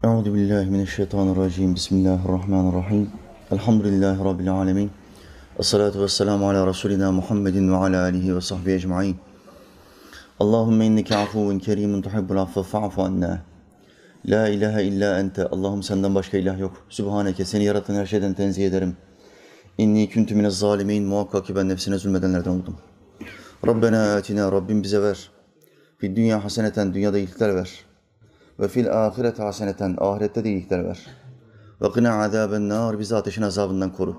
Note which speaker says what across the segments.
Speaker 1: Euzu billahi mineşşeytanirracim. Bismillahirrahmanirrahim. Elhamdülillahi rabbil alamin. Essalatu vesselamu ala Resulina Muhammedin ve ala alihi ve sahbihi ecmaîn. Allahümme inneke afuvun kerimun tuhibbul affe fa'fu anna. La ilahe illa ente. Allah'ım senden başka ilah yok. Sübhaneke, seni yaratan her şeyden tenzih ederim. İnni kuntu minez zalimin. Muhakkak ki ben nefsine zulmedenlerden oldum. Rabbena atina, Rabbim bize ver. Fid dünya haseneten, dünyada iyilikler ver. Ve fil ahirete haseneten, ahirette de iyilikler ver. Ve qina azaben nar, bizi ateşin azabından koru.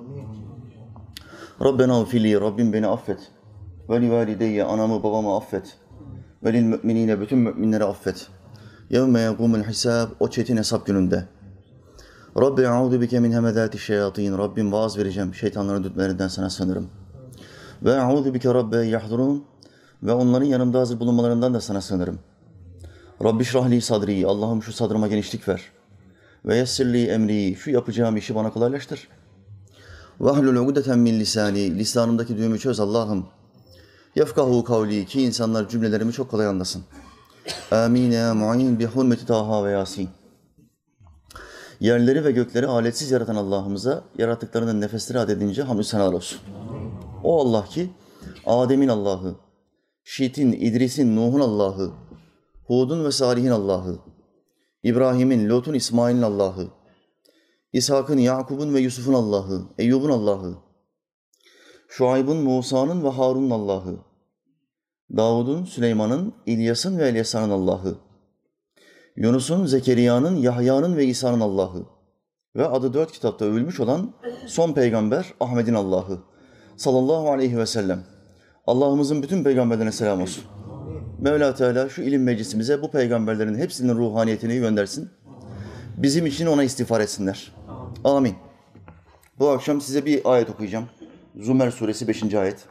Speaker 1: Rabbena ufili, Rabbim beni affet. Ve li valideyye, anamı babamı affet. Ve lil müminine, bütün müminleri affet. Yevme yegumul hisab, o çetin hesap gününde. Rabbi e'udu bike min hemedati şeyatin, Rabbim vaaz vereceğim, şeytanların dürtmelerinden sana sığınırım. Ve e'udu bike Rabbe yahdurun, ve onların yanımda hazır bulunmalarından da sana sığınırım. Rabbi şrahli sadri, Allah'ım şu sadrıma genişlik ver. Ve yessirli emri, şu yapacağım işi bana kolaylaştır. Vahlul ugdeten min lisani, lisanımdaki düğümü çöz Allah'ım. Yefkahu kavli, ki insanlar cümlelerimi çok kolay anlasın. Amin ya mu'in bi hurmeti Taha ve Yasin. Yerleri ve gökleri aletsiz yaratan Allah'ımıza, yarattıklarının nefesleri adedince hamdü senalar olsun. O Allah ki, Adem'in Allah'ı, Şit'in, İdris'in, Nuh'un Allah'ı, Hud'un ve Salih'in Allah'ı, İbrahim'in, Lut'un, İsmail'in Allah'ı, İshak'ın, Yakub'un ve Yusuf'un Allah'ı, Eyyub'un Allah'ı, Şuayb'ın, Musa'nın ve Harun'un Allah'ı, Davud'un, Süleyman'ın, İlyas'ın ve Elyasa'nın Allah'ı, Yunus'un, Zekeriya'nın, Yahya'nın ve İsa'nın Allah'ı ve adı 4 kitapta övülmüş olan son peygamber Ahmet'in Allah'ı sallallahu aleyhi ve sellem. Allah'ımızın bütün peygamberlerine selam olsun. Mevla Teala şu ilim meclisimize bu peygamberlerin hepsinin ruhaniyetini göndersin. Bizim için ona istiğfar etsinler. Amin. Bu akşam size bir ayet okuyacağım. Zümer suresi 5. ayet.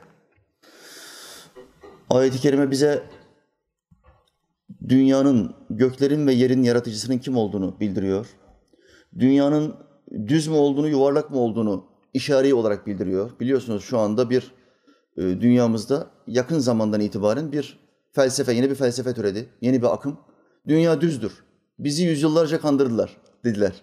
Speaker 1: Ayet-i kerime bize dünyanın, göklerin ve yerin yaratıcısının kim olduğunu bildiriyor. Dünyanın düz mü olduğunu, yuvarlak mı olduğunu işari olarak bildiriyor. Biliyorsunuz şu anda bir dünyamızda yakın zamandan itibaren bir felsefe, yeni bir felsefe türedi, yeni bir akım. Dünya düzdür. Bizi yüzyıllarca kandırdılar dediler.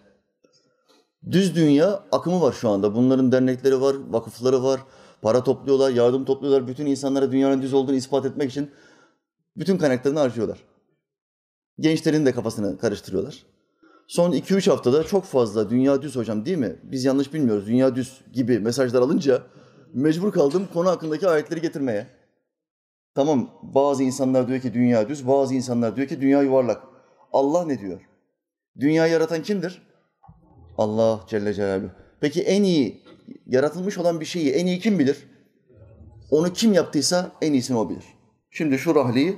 Speaker 1: Düz dünya akımı var şu anda. Bunların dernekleri var, vakıfları var, para topluyorlar, yardım topluyorlar. Bütün insanlara dünyanın düz olduğunu ispat etmek için bütün kaynaklarını harcıyorlar. Gençlerin de kafasını karıştırıyorlar. Son 2-3 haftada çok fazla dünya düz hocam değil mi? Biz yanlış bilmiyoruz. Dünya düz gibi mesajlar alınca mecbur kaldım konu hakkındaki ayetleri getirmeye. Tamam, bazı insanlar diyor ki dünya düz, bazı insanlar diyor ki dünya yuvarlak. Allah ne diyor? Dünyayı yaratan kimdir? Allah Celle Celaluhu. Peki en iyi, yaratılmış olan bir şeyi en iyi kim bilir? Onu kim yaptıysa en iyisini o bilir. Şimdi şu rahliyi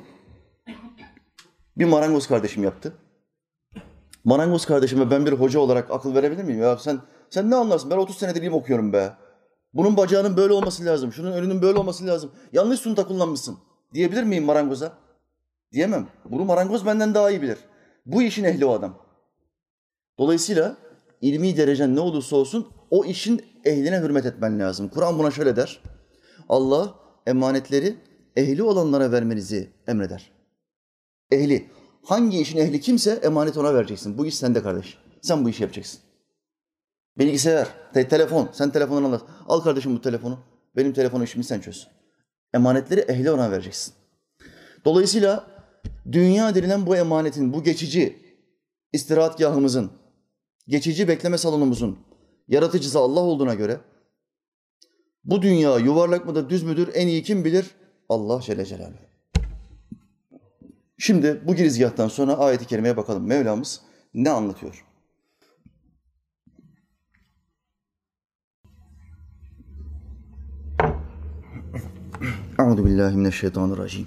Speaker 1: bir marangoz kardeşim yaptı. Marangoz kardeşime ben bir hoca olarak akıl verebilir miyim? Ya sen ne anlarsın? Ben 30 senedir ilim okuyorum be. Bunun bacağının böyle olması lazım. Şunun önünün böyle olması lazım. Yanlış sunta kullanmışsın. Diyebilir miyim marangoza? Diyemem. Bunu marangoz benden daha iyi bilir. Bu işin ehli o adam. Dolayısıyla ilmi derecen ne olursa olsun o işin ehline hürmet etmen lazım. Kur'an buna şöyle der. Allah emanetleri ehli olanlara vermenizi emreder. Ehli. Hangi işin ehli kimse emanet ona vereceksin. Bu iş sende kardeş. Sen bu işi yapacaksın. Bilgisayar, telefon. Sen telefonunu anlat. Al kardeşim bu telefonu. Benim telefonu işimi sen çöz. Emanetleri ehli ona vereceksin. Dolayısıyla dünya denilen bu emanetin, bu geçici istirahatgahımızın, geçici bekleme salonumuzun yaratıcısı Allah olduğuna göre bu dünya yuvarlak mıdır, düz müdür en iyi kim bilir? Allah Celle Celaluhu. Şimdi bu girizgahtan sonra ayet-i kerimeye bakalım. Mevlamız ne anlatıyor? Euzubillahimineşşeytanirracim.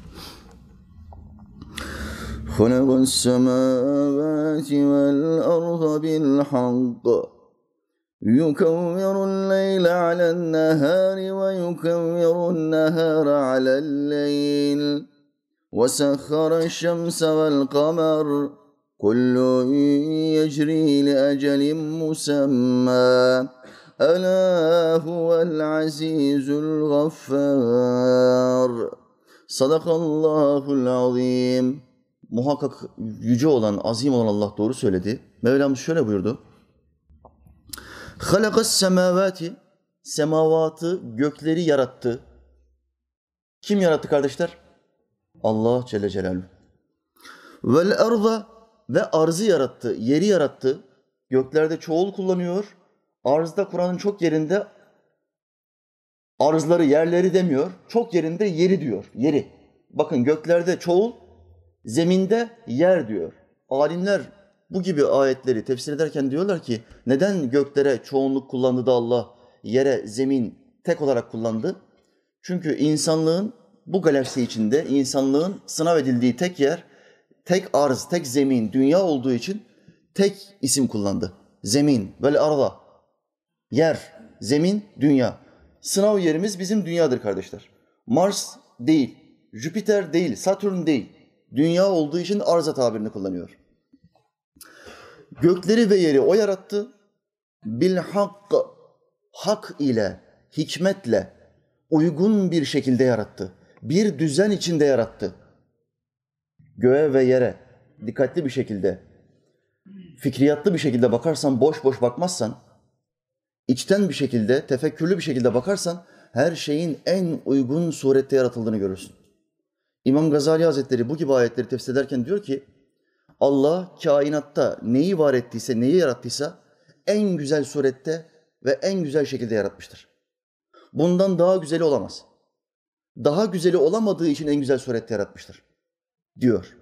Speaker 1: خلق السماوات والأرض بالحق يكور الليل على النهار ويكور النهار على الليل وسخر الشمس والقمر كل يجري لأجل مسمى ألا هو العزيز الغفار صدق الله العظيم muhakkak yüce olan, azim olan Allah doğru söyledi. Mevlamız şöyle buyurdu. Halakas semavati, semavatı, gökleri yarattı. Kim yarattı kardeşler? Allah Celle Celaluhu. Vel arda, ve arzı yarattı, yeri yarattı. Göklerde çoğul kullanıyor. Arzda Kur'an'ın çok yerinde arzları, yerleri demiyor. Çok yerinde yeri diyor. Yeri. Bakın göklerde çoğul, zeminde yer diyor. Alimler bu gibi ayetleri tefsir ederken diyorlar ki neden göklere çoğunluk kullandı da Allah yere, zemin tek olarak kullandı? Çünkü insanlığın bu galaksi içinde insanlığın sınav edildiği tek yer, tek arz, tek zemin, dünya olduğu için tek isim kullandı. Zemin, vel arda. Yer, zemin, dünya. Sınav yerimiz bizim dünyadır kardeşler. Mars değil, Jüpiter değil, Satürn değil. Dünya olduğu için arza tabirini kullanıyor. Gökleri ve yeri o yarattı. Bil hak, hak ile, hikmetle, uygun bir şekilde yarattı. Bir düzen içinde yarattı. Göğe ve yere dikkatli bir şekilde, fikriyatlı bir şekilde bakarsan, boş boş bakmazsan, içten bir şekilde, tefekkürlü bir şekilde bakarsan her şeyin en uygun surette yaratıldığını görürsün. İmam Gazali Hazretleri bu gibi ayetleri tefsir ederken diyor ki Allah kainatta neyi var ettiyse, neyi yarattıysa en güzel surette ve en güzel şekilde yaratmıştır. Bundan daha güzeli olamaz. Daha güzeli olamadığı için en güzel surette yaratmıştır diyor.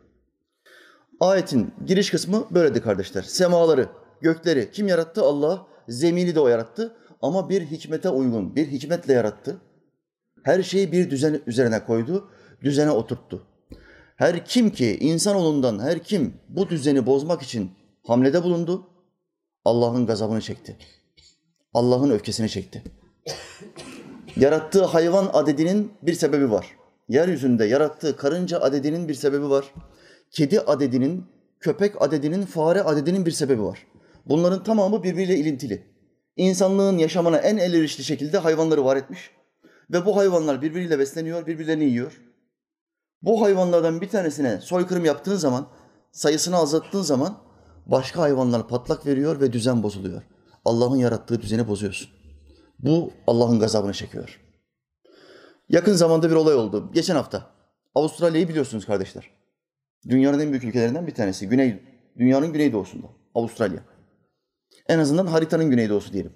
Speaker 1: Ayetin giriş kısmı böyledir kardeşler. Semaları, gökleri kim yarattı? Allah. Zemini de o yarattı ama bir hikmete uygun, bir hikmetle yarattı. Her şeyi bir düzen üzerine koydu, düzene oturttu. Her kim ki, insanoğlundan her kim bu düzeni bozmak için hamlede bulundu, Allah'ın gazabını çekti. Allah'ın öfkesini çekti. Yarattığı hayvan adedinin bir sebebi var. Yeryüzünde yarattığı karınca adedinin bir sebebi var. Kedi adedinin, köpek adedinin, fare adedinin bir sebebi var. Bunların tamamı birbiriyle ilintili. İnsanlığın yaşamına en elverişli şekilde hayvanları var etmiş. Ve bu hayvanlar birbiriyle besleniyor, birbirlerini yiyor. Bu hayvanlardan bir tanesine soykırım yaptığın zaman, sayısını azalttığın zaman başka hayvanlar patlak veriyor ve düzen bozuluyor. Allah'ın yarattığı düzeni bozuyorsun. Bu Allah'ın gazabını çekiyor. Yakın zamanda bir olay oldu. Geçen hafta. Avustralya'yı biliyorsunuz kardeşler. Dünyanın en büyük ülkelerinden bir tanesi. Dünyanın güneydoğusunda. Avustralya. En azından haritanın güneydoğusu diyelim.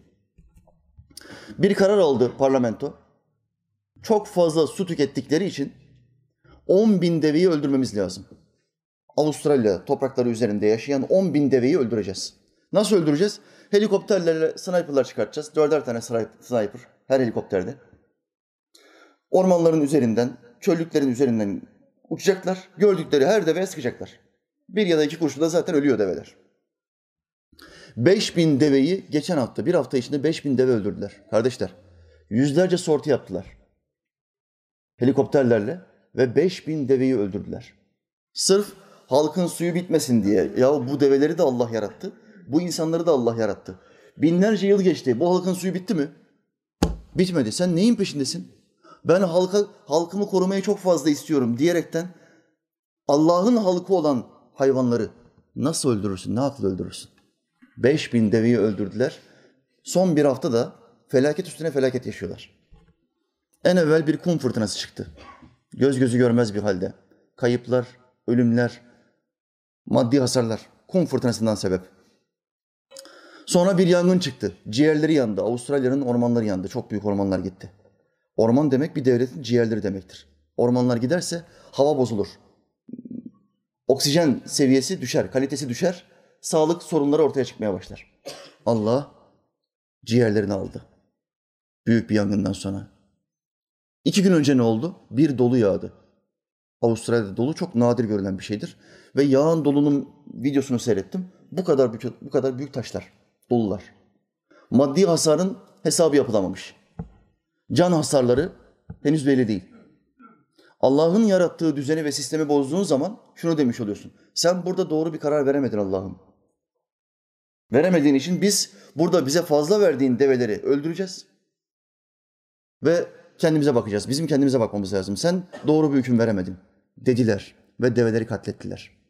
Speaker 1: Bir karar aldı parlamento. Çok fazla su tükettikleri için 10.000 deveyi öldürmemiz lazım. Avustralya toprakları üzerinde yaşayan 10.000 deveyi öldüreceğiz. Nasıl öldüreceğiz? Helikopterlerle sniperlar çıkartacağız. 4'er tane sniper her helikopterde. Ormanların üzerinden, çöllüklerin üzerinden uçacaklar. Gördükleri her deveye sıkacaklar. Bir ya da iki kurşunda zaten ölüyor develer. 5.000 deveyi geçen hafta, bir hafta içinde 5.000 deve öldürdüler. Kardeşler, yüzlerce sortu yaptılar. Helikopterlerle ve 5.000 deveyi öldürdüler. Sırf halkın suyu bitmesin diye. Ya bu develeri de Allah yarattı. Bu insanları da Allah yarattı. Binlerce yıl geçti. Bu halkın suyu bitti mi? Bitmedi. Sen neyin peşindesin? Ben halkımı korumayı çok fazla istiyorum diyerekten Allah'ın halkı olan hayvanları nasıl öldürürsün? Ne akıl öldürürsün? 5.000 deveyi öldürdüler. Son bir haftada felaket üstüne felaket yaşıyorlar. En evvel bir kum fırtınası çıktı. Göz gözü görmez bir halde. Kayıplar, ölümler, maddi hasarlar. Kum fırtınasından sebep. Sonra bir yangın çıktı. Ciğerleri yandı. Avustralya'nın ormanları yandı. Çok büyük ormanlar gitti. Orman demek bir devletin ciğerleri demektir. Ormanlar giderse hava bozulur. Oksijen seviyesi düşer, kalitesi düşer. Sağlık sorunları ortaya çıkmaya başlar. Allah ciğerlerini aldı. Büyük bir yangından sonra. 2 gün önce ne oldu? Bir dolu yağdı. Avustralya'da dolu çok nadir görülen bir şeydir. Ve yağan dolunun videosunu seyrettim. Bu kadar büyük taşlar, dolular. Maddi hasarın hesabı yapılamamış. Can hasarları henüz belli değil. Allah'ın yarattığı düzeni ve sistemi bozduğun zaman şunu demiş oluyorsun. Sen burada doğru bir karar veremedin Allah'ım. Veremediğin için biz burada bize fazla verdiğin develeri öldüreceğiz. Ve kendimize bakacağız. Bizim kendimize bakmamız lazım. Sen doğru bir hüküm veremedin dediler ve develeri katlettiler.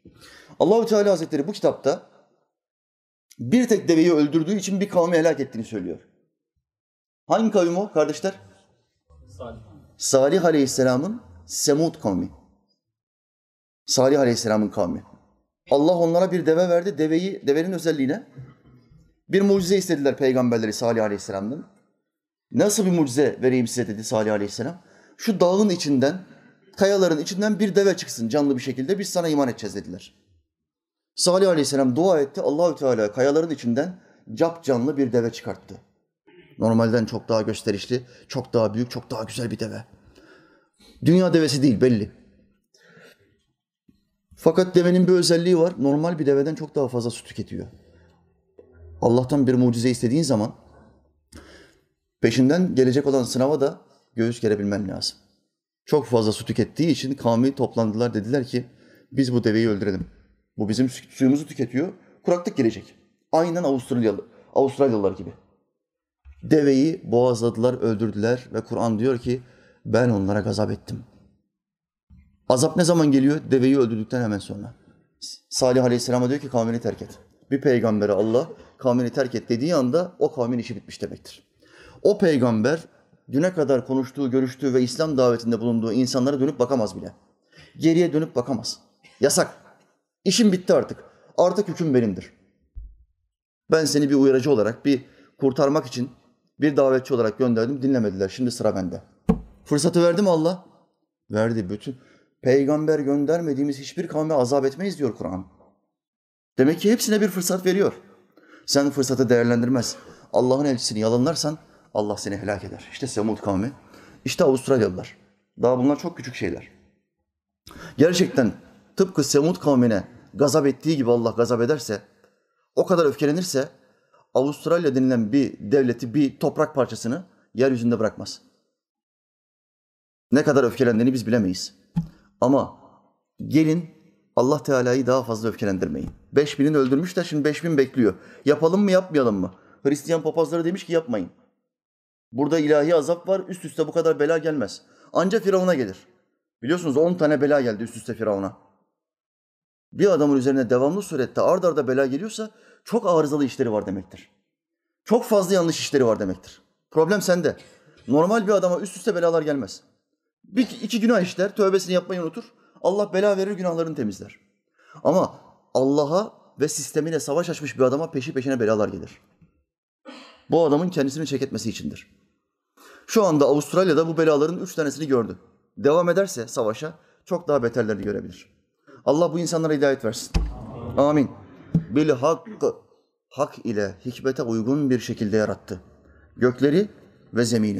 Speaker 1: Allahü Teala Hazretleri bu kitapta bir tek deveyi öldürdüğü için bir kavmi helak ettiğini söylüyor. Hangi kavim o kardeşler?
Speaker 2: Salih.
Speaker 1: Salih Aleyhisselam'ın Semud kavmi. Salih Aleyhisselam'ın kavmi. Allah onlara bir deve verdi. Devenin özelliğine bir mucize istediler peygamberleri Salih Aleyhisselam'dan. Nasıl bir mucize vereyim size dedi Salih Aleyhisselam. Şu dağın içinden, kayaların içinden bir deve çıksın canlı bir şekilde biz sana iman edeceğiz dediler. Salih Aleyhisselam dua etti. Allahü Teala kayaların içinden capcanlı bir deve çıkarttı. Normalden çok daha gösterişli, çok daha büyük, çok daha güzel bir deve. Dünya devesi değil belli. Fakat devenin bir özelliği var. Normal bir deveden çok daha fazla su tüketiyor. Allah'tan bir mucize istediğin zaman peşinden gelecek olan sınava da göğüs gerebilmen lazım. Çok fazla su tükettiği için kavmi toplandılar dediler ki biz bu deveyi öldürelim. Bu bizim suyumuzu tüketiyor. Kuraklık gelecek. Aynen Avustralyalılar gibi. Deveyi boğazladılar, öldürdüler ve Kur'an diyor ki ben onlara gazap ettim. Azap ne zaman geliyor? Deveyi öldürdükten hemen sonra. Salih Aleyhisselam'a diyor ki kavmini terk et. Bir peygambere Allah kavmini terk et dediği anda o kavmin işi bitmiş demektir. O peygamber düne kadar konuştuğu, görüştüğü ve İslam davetinde bulunduğu insanlara dönüp bakamaz bile. Geriye dönüp bakamaz. Yasak. İşim bitti artık. Artık hüküm benimdir. Ben seni bir uyarıcı olarak, bir kurtarmak için bir davetçi olarak gönderdim. Dinlemediler. Şimdi sıra bende. Fırsatı verdi mi Allah? Verdi. Bütün peygamber göndermediğimiz hiçbir kavme azap etmeyiz diyor Kur'an. Demek ki hepsine bir fırsat veriyor. Sen fırsatı değerlendirmez. Allah'ın elçisini yalanlarsan Allah seni helak eder. İşte Semud kavmi, işte Avustralyalılar. Daha bunlar çok küçük şeyler. Gerçekten tıpkı Semud kavmine gazap ettiği gibi Allah gazap ederse, o kadar öfkelenirse Avustralya denilen bir devleti, bir toprak parçasını yeryüzünde bırakmaz. Ne kadar öfkelendiğini biz bilemeyiz. Ama gelin Allah Teala'yı daha fazla öfkelendirmeyin. 5000'ini öldürmüşler, şimdi 5000 bekliyor. Yapalım mı, yapmayalım mı? Hristiyan papazları demiş ki yapmayın. Burada ilahi azap var, üst üste bu kadar bela gelmez. Ancak Firavun'a gelir. Biliyorsunuz 10 tane bela geldi üst üste Firavun'a. Bir adamın üzerine devamlı surette ard arda bela geliyorsa çok arızalı işleri var demektir. Çok fazla yanlış işleri var demektir. Problem sende. Normal bir adama üst üste belalar gelmez. İki günah işler, tövbesini yapmayı unutur. Allah bela verir, günahlarını temizler. Ama Allah'a ve sistemine savaş açmış bir adama peşi peşine belalar gelir. Bu adamın kendisini çek etmesi içindir. Şu anda Avustralya'da bu belaların 3 tanesini gördü. Devam ederse savaşa çok daha beterlerini görebilir. Allah bu insanlara hidayet versin. Amin. Bil hakkı, hak ile hikmete uygun bir şekilde yarattı. Gökleri ve zemini.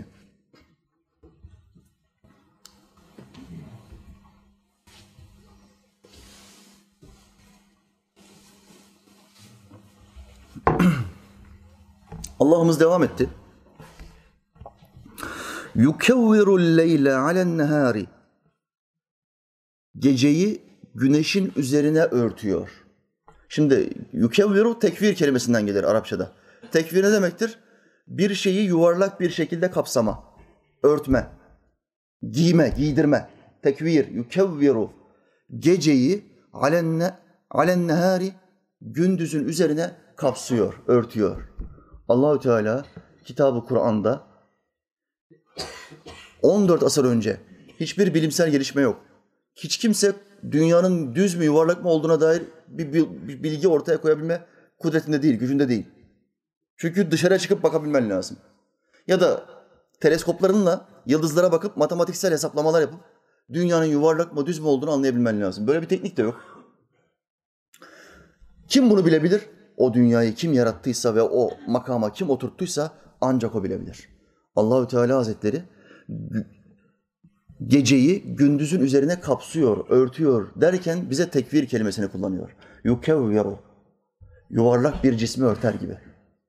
Speaker 1: Allah'ımız devam etti. Yukevvirul leyle alen nehari. Geceyi güneşin üzerine örtüyor. Şimdi yukevviru tekvir kelimesinden gelir Arapçada. Tekvir ne demektir? Bir şeyi yuvarlak bir şekilde kapsama, örtme, giyme, giydirme. Tekvir, yukevviru. Geceyi alen nehari, gündüzün üzerine kapsıyor, örtüyor. Allahü Teala kitabı Kur'an'da 14 asır önce hiçbir bilimsel gelişme yok. Hiç kimse dünyanın düz mü yuvarlak mı olduğuna dair bir bilgi ortaya koyabilme kudretinde değil, gücünde değil. Çünkü dışarıya çıkıp bakabilmen lazım. Ya da teleskoplarınla yıldızlara bakıp matematiksel hesaplamalar yapıp dünyanın yuvarlak mı düz mü olduğunu anlayabilmen lazım. Böyle bir teknik de yok. Kim bunu bilebilir? O dünyayı kim yarattıysa ve o makama kim oturttuysa ancak o bilebilir. Allahü Teala Hazretleri geceyi gündüzün üzerine kapsıyor, örtüyor derken bize tekvir kelimesini kullanıyor. Yukevviru. Yuvarlak bir cismi örter gibi.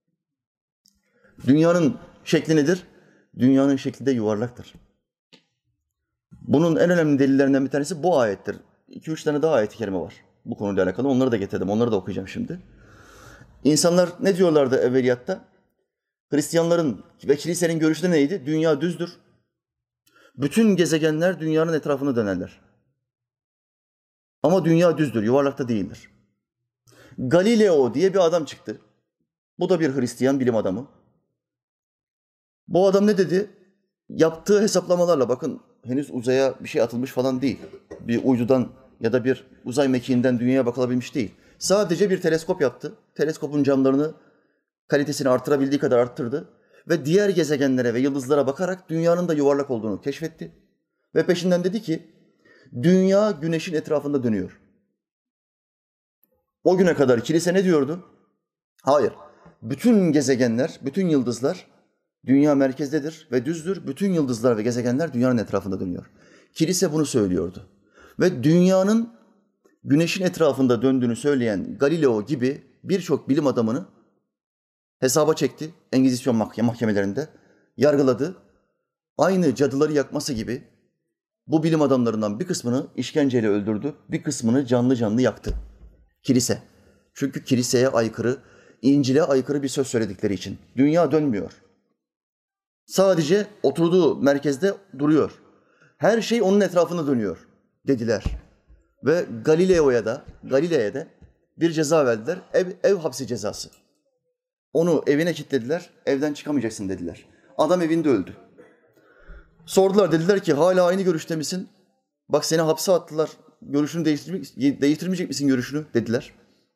Speaker 1: Dünyanın şekli nedir? Dünyanın şekli de yuvarlaktır. Bunun en önemli delillerinden bir tanesi bu ayettir. 2-3 tane daha ayet-i kerime var bu konuyla alakalı. Onları da getirdim. Onları da okuyacağım şimdi. İnsanlar ne diyorlardı evveliyatta? Hristiyanların ve kilisenin görüşü de neydi? Dünya düzdür. Bütün gezegenler dünyanın etrafını dönerler. Ama dünya düzdür, yuvarlakta değildir. Galileo diye bir adam çıktı. Bu da bir Hristiyan bilim adamı. Bu adam ne dedi? Yaptığı hesaplamalarla, bakın henüz uzaya bir şey atılmış falan değil. Bir uydudan ya da bir uzay mekiğinden dünyaya bakılabilmiş değil. Sadece bir teleskop yaptı. Teleskopun camlarını, kalitesini artırabildiği kadar arttırdı. Ve diğer gezegenlere ve yıldızlara bakarak dünyanın da yuvarlak olduğunu keşfetti. Ve peşinden dedi ki, dünya güneşin etrafında dönüyor. O güne kadar kilise ne diyordu? Hayır, bütün gezegenler, bütün yıldızlar dünya merkezdedir ve düzdür. Bütün yıldızlar ve gezegenler dünyanın etrafında dönüyor. Kilise bunu söylüyordu. Ve dünyanın güneşin etrafında döndüğünü söyleyen Galileo gibi birçok bilim adamını hesaba çekti Engizisyon mahkemelerinde, yargıladı. Aynı cadıları yakması gibi bu bilim adamlarından bir kısmını işkenceyle öldürdü, bir kısmını canlı canlı yaktı. Kilise. Çünkü kiliseye aykırı, İncil'e aykırı bir söz söyledikleri için. Dünya dönmüyor. Sadece oturduğu merkezde duruyor. Her şey onun etrafında dönüyor dediler. Ve Galile'ye de bir ceza verdiler. Ev hapsi cezası. Onu evine kilitlediler, evden çıkamayacaksın dediler. Adam evinde öldü. Sordular, dediler ki hala aynı görüşte misin? Bak seni hapse attılar, görüşünü değiştirmeyecek misin görüşünü dediler.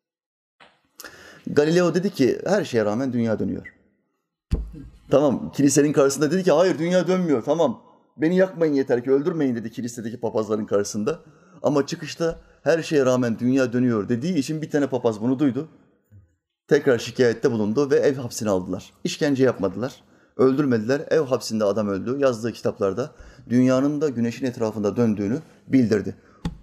Speaker 1: Galileo dedi ki her şeye rağmen dünya dönüyor. Tamam, kilisenin karşısında dedi ki hayır dünya dönmüyor, tamam. Beni yakmayın yeter ki, öldürmeyin dedi kilisedeki papazların karşısında. Ama çıkışta her şeye rağmen dünya dönüyor dediği için bir tane papaz bunu duydu. Tekrar şikayette bulundu ve ev hapsine aldılar. İşkence yapmadılar, öldürmediler. Ev hapsinde adam öldü. Yazdığı kitaplarda dünyanın da güneşin etrafında döndüğünü bildirdi.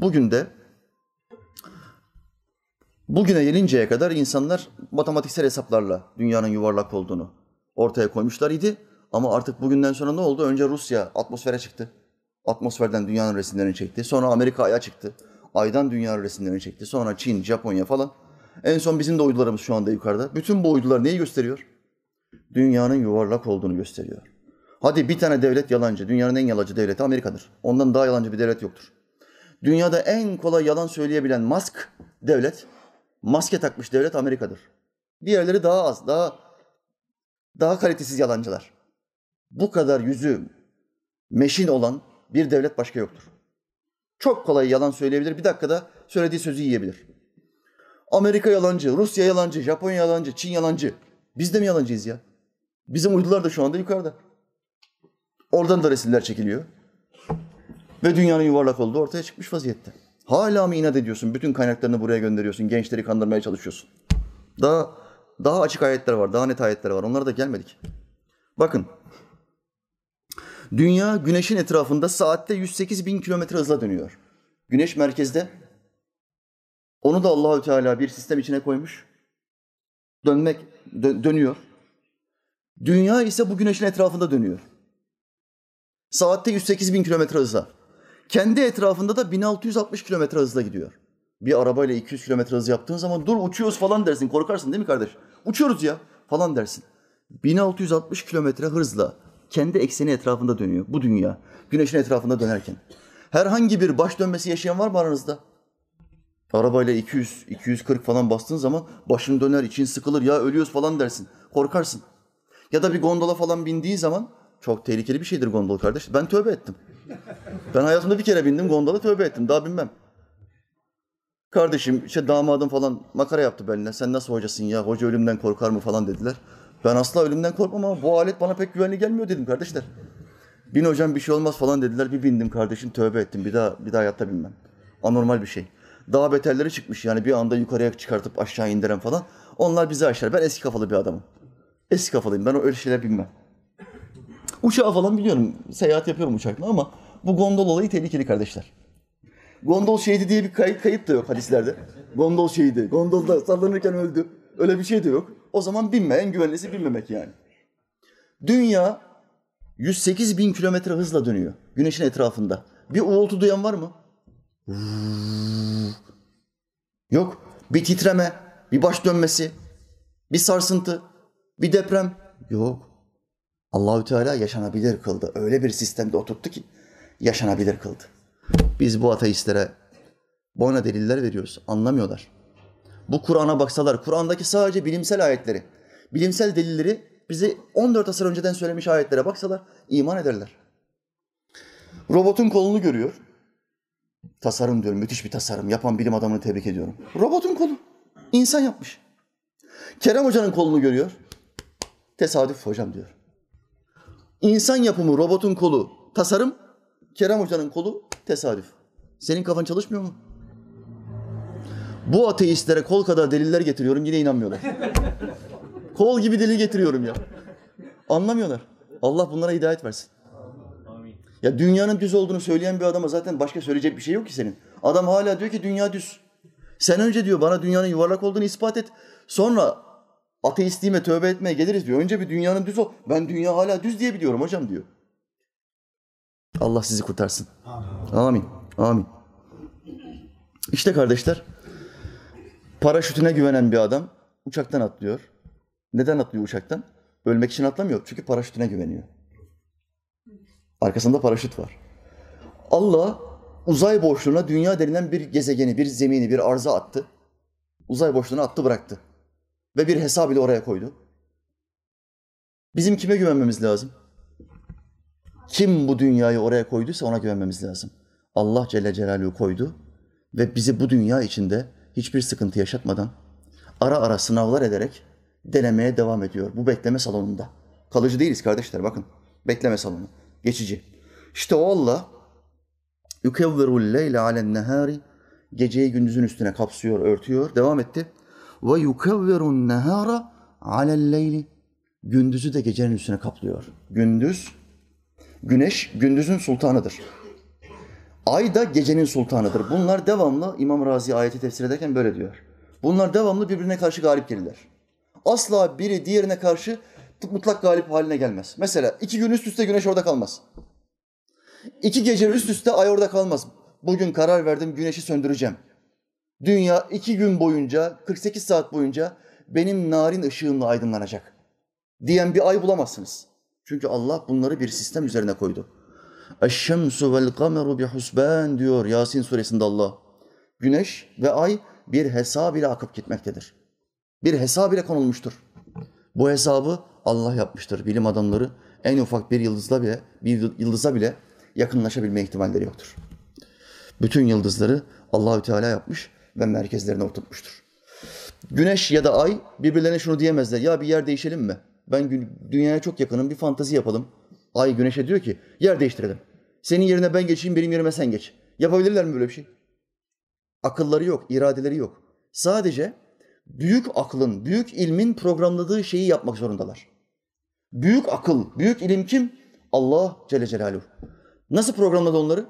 Speaker 1: Bugüne gelinceye kadar insanlar matematiksel hesaplarla dünyanın yuvarlak olduğunu ortaya koymuşlar idi. Ama artık bugünden sonra ne oldu? Önce Rusya atmosfere çıktı. Atmosferden dünyanın resimlerini çekti. Sonra Amerika Ay'a çıktı. Ay'dan dünyanın resimlerini çekti. Sonra Çin, Japonya falan. En son bizim de uydularımız şu anda yukarıda. Bütün bu uydular neyi gösteriyor? Dünyanın yuvarlak olduğunu gösteriyor. Hadi bir tane devlet yalancı. Dünyanın en yalancı devleti Amerika'dır. Ondan daha yalancı bir devlet yoktur. Dünyada en kolay yalan söyleyebilen devlet, maske takmış devlet Amerika'dır. Diğerleri daha az, daha kalitesiz yalancılar. Bu kadar yüzü meşin olan bir devlet başka yoktur. Çok kolay yalan söyleyebilir. Bir dakikada söylediği sözü yiyebilir. Amerika yalancı, Rusya yalancı, Japonya yalancı, Çin yalancı. Biz de mi yalancıyız ya? Bizim uydular da şu anda yukarıda. Oradan da resimler çekiliyor. Ve dünyanın yuvarlak olduğu ortaya çıkmış vaziyette. Hala mı inat ediyorsun? Bütün kaynaklarını buraya gönderiyorsun. Gençleri kandırmaya çalışıyorsun. Daha açık ayetler var, daha net ayetler var. Onlara da gelmedik. Bakın. Dünya güneşin etrafında saatte 108 bin kilometre hızla dönüyor. Güneş merkezde. Onu da Allahü Teala bir sistem içine koymuş. Dönüyor. Dünya ise bu güneşin etrafında dönüyor. Saatte 108 bin kilometre hızla. Kendi etrafında da 1660 kilometre hızla gidiyor. Bir arabayla 200 kilometre hız yaptığın zaman dur uçuyoruz falan dersin. Korkarsın değil mi kardeş? Uçuyoruz ya falan dersin. 1660 kilometre hızla kendi ekseni etrafında dönüyor bu dünya. Güneşin etrafında dönerken. Herhangi bir baş dönmesi yaşayan var mı aranızda? Arabayla 200, 240 falan bastığın zaman başın döner, için sıkılır, ya ölüyoruz falan dersin. Korkarsın. Ya da bir gondola falan bindiği zaman çok tehlikeli bir şeydir gondol kardeş. Ben tövbe ettim. Ben hayatımda bir kere bindim gondola, tövbe ettim. Daha binmem. Kardeşim, damadım falan makara yaptı benimle. Sen nasıl hocasın ya? Hoca ölümden korkar mı falan dediler. Ben asla ölümden korkmam ama bu alet bana pek güvenli gelmiyor dedim kardeşler. Bin hocam bir şey olmaz falan dediler. Bir bindim kardeşim, tövbe ettim. Bir daha hayatta binmem. Anormal bir şey. Daha beterleri çıkmış yani bir anda yukarıya çıkartıp aşağı indiren falan. Onlar bizi aşar. Ben eski kafalı bir adamım. Eski kafalıyım. Ben öyle şeyler bilmem. Uçağı falan biliyorum. Seyahat yapıyorum uçakla ama bu gondol olayı tehlikeli kardeşler. Gondol şehidi diye bir kayıt da yok hadislerde. Gondol şehidi. Gondolda sallanırken öldü. Öyle bir şey de yok. O zaman binme. En güvenlisi binmemek yani. Dünya 108 bin kilometre hızla dönüyor. Güneşin etrafında. Bir uğultu duyan var mı? Yok. Bir titreme, bir baş dönmesi, bir sarsıntı, bir deprem. Yok. Allahü Teala yaşanabilir kıldı. Öyle bir sistemde oturttu ki yaşanabilir kıldı. Biz bu ateistlere Bana deliller veriyoruz. Anlamıyorlar. Bu Kur'an'a baksalar, Kur'an'daki sadece bilimsel ayetleri, bilimsel delilleri bize 14 asır önceden söylemiş ayetlere baksalar iman ederler. Robotun kolunu görüyor. Tasarım diyorum, müthiş bir tasarım. Yapan bilim adamını tebrik ediyorum. Robotun kolu. İnsan yapmış. Kerem Hoca'nın kolunu görüyor. Tesadüf hocam diyor. İnsan yapımı robotun kolu tasarım, Kerem Hoca'nın kolu tesadüf. Senin kafan çalışmıyor mu? Bu ateistlere kol kadar deliller getiriyorum, yine inanmıyorlar. Kol gibi delil getiriyorum ya. Anlamıyorlar. Allah bunlara hidayet versin. Ya dünyanın düz olduğunu söyleyen bir adama zaten başka söyleyecek bir şey yok ki senin. Adam hala diyor ki dünya düz. Sen önce diyor bana dünyanın yuvarlak olduğunu ispat et. Sonra ateistliğime tövbe etmeye geliriz diyor. Önce bir dünyanın düz ol. Ben dünya hala düz diye biliyorum hocam diyor. Allah sizi kurtarsın. Amin. Amin. İşte kardeşler, paraşütüne güvenen bir adam uçaktan atlıyor. Neden atlıyor uçaktan? Ölmek için atlamıyor. Çünkü paraşütüne güveniyor. Arkasında paraşüt var. Allah uzay boşluğuna dünya denilen bir gezegeni, bir zemini, bir arza attı. Uzay boşluğuna attı bıraktı. Ve bir hesap ile oraya koydu. Bizim kime güvenmemiz lazım? Kim bu dünyayı oraya koyduysa ona güvenmemiz lazım. Allah Celle Celaluhu koydu ve bizi bu dünya içinde hiçbir sıkıntı yaşatmadan ara ara sınavlar ederek denemeye devam ediyor. Bu bekleme salonunda. Kalıcı değiliz kardeşler bakın. Bekleme salonu. Geçici. İşte o Allah yukevvirul leyle alen nehari, geceyi gündüzün üstüne kapsıyor, örtüyor. Devam etti. Ve yukevvirun nehara alel leyli, gündüzü de gecenin üstüne kaplıyor. Güneş gündüzün sultanıdır. Ay da gecenin sultanıdır. Bunlar devamlı, İmam Razi ayeti tefsir ederken böyle diyor. Bunlar devamlı birbirine karşı galip gelirler. Asla biri diğerine karşı mutlak galip haline gelmez. Mesela 2 gün üst üste güneş orada kalmaz. 2 gece üst üste ay orada kalmaz. Bugün karar verdim, güneşi söndüreceğim. Dünya 2 gün boyunca, 48 saat boyunca benim narin ışığımla aydınlanacak diyen bir ay bulamazsınız. Çünkü Allah bunları bir sistem üzerine koydu. Eşşemsu vel kameru bihusban diyor Yasin suresinde Allah. Güneş ve ay bir hesab ile akıp gitmektedir. Bir hesab ile konulmuştur. Bu hesabı Allah yapmıştır. Bilim adamları en ufak bir yıldıza bile yakınlaşabilme ihtimalleri yoktur. Bütün yıldızları Allahü Teala yapmış ve merkezlerine oturtmuştur. Güneş ya da ay birbirlerine şunu diyemezler. Ya bir yer değişelim mi? Ben dünyaya çok yakınım, bir fantazi yapalım. Ay güneşe diyor ki yer değiştirelim. Senin yerine ben geçeyim, benim yerime sen geç. Yapabilirler mi böyle bir şey? Akılları yok, iradeleri yok. Sadece büyük aklın, büyük ilmin programladığı şeyi yapmak zorundalar. Büyük akıl, büyük ilim kim? Allah Celle Celaluhu. Nasıl programladı onları?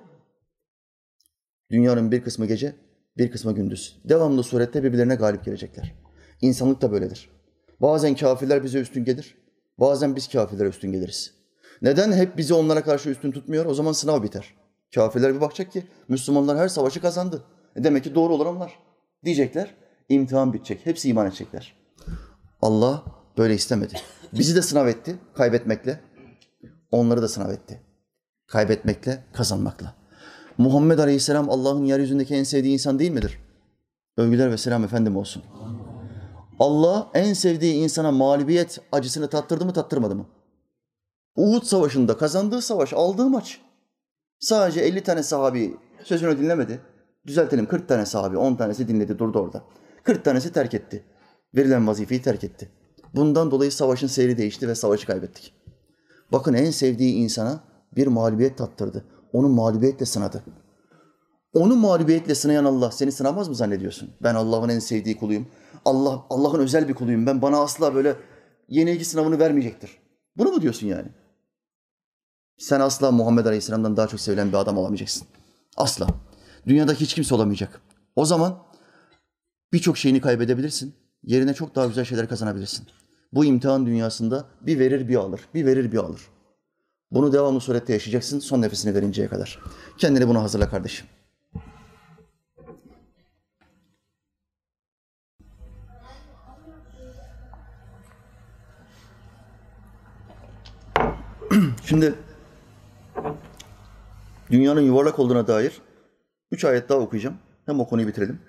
Speaker 1: Dünyanın bir kısmı gece, bir kısmı gündüz. Devamlı surette birbirlerine galip gelecekler. İnsanlık da böyledir. Bazen kafirler bize üstün gelir, bazen biz kafirlere üstün geliriz. Neden hep bizi onlara karşı üstün tutmuyor? O zaman sınav biter. Kafirler bir bakacak ki Müslümanlar her savaşı kazandı. Demek ki doğru olan onlar. Diyecekler, imtihan bitecek. Hepsi iman edecekler. Allah böyle istemedi. Bizi de sınav etti kaybetmekle. Onları da sınav etti. Kaybetmekle, kazanmakla. Muhammed Aleyhisselam Allah'ın yeryüzündeki en sevdiği insan değil midir? Övgüler ve selam efendim olsun. Allah en sevdiği insana mağlubiyet acısını tattırdı mı, tattırmadı mı? Uhud Savaşı'nda kazandığı savaş, aldığı maç. Sadece 50 tane sahabi sözünü dinlemedi. Düzeltelim 40 tane sahabi, 10 tanesi dinledi, durdu orada. 40 tanesi terk etti. Verilen vazifeyi terk etti. Bundan dolayı savaşın seyri değişti ve savaşı kaybettik. Bakın en sevdiği insana bir mağlubiyet tattırdı. Onu mağlubiyetle sınadı. Onu mağlubiyetle sınayan Allah seni sınamaz mı zannediyorsun? Ben Allah'ın en sevdiği kuluyum. Allah'ın özel bir kuluyum. Bana asla böyle yenilgi sınavını vermeyecektir. Bunu mu diyorsun yani? Sen asla Muhammed Aleyhisselam'dan daha çok sevilen bir adam olamayacaksın. Asla. Dünyadaki hiç kimse olamayacak. O zaman birçok şeyini kaybedebilirsin. Yerine çok daha güzel şeyler kazanabilirsin. Bu imtihan dünyasında bir verir bir alır. Bir verir bir alır. Bunu devamlı surette yaşayacaksın son nefesini verinceye kadar. Kendini buna hazırla kardeşim. Şimdi dünyanın yuvarlak olduğuna dair 3 ayet daha okuyacağım. Hem o konuyu bitirelim.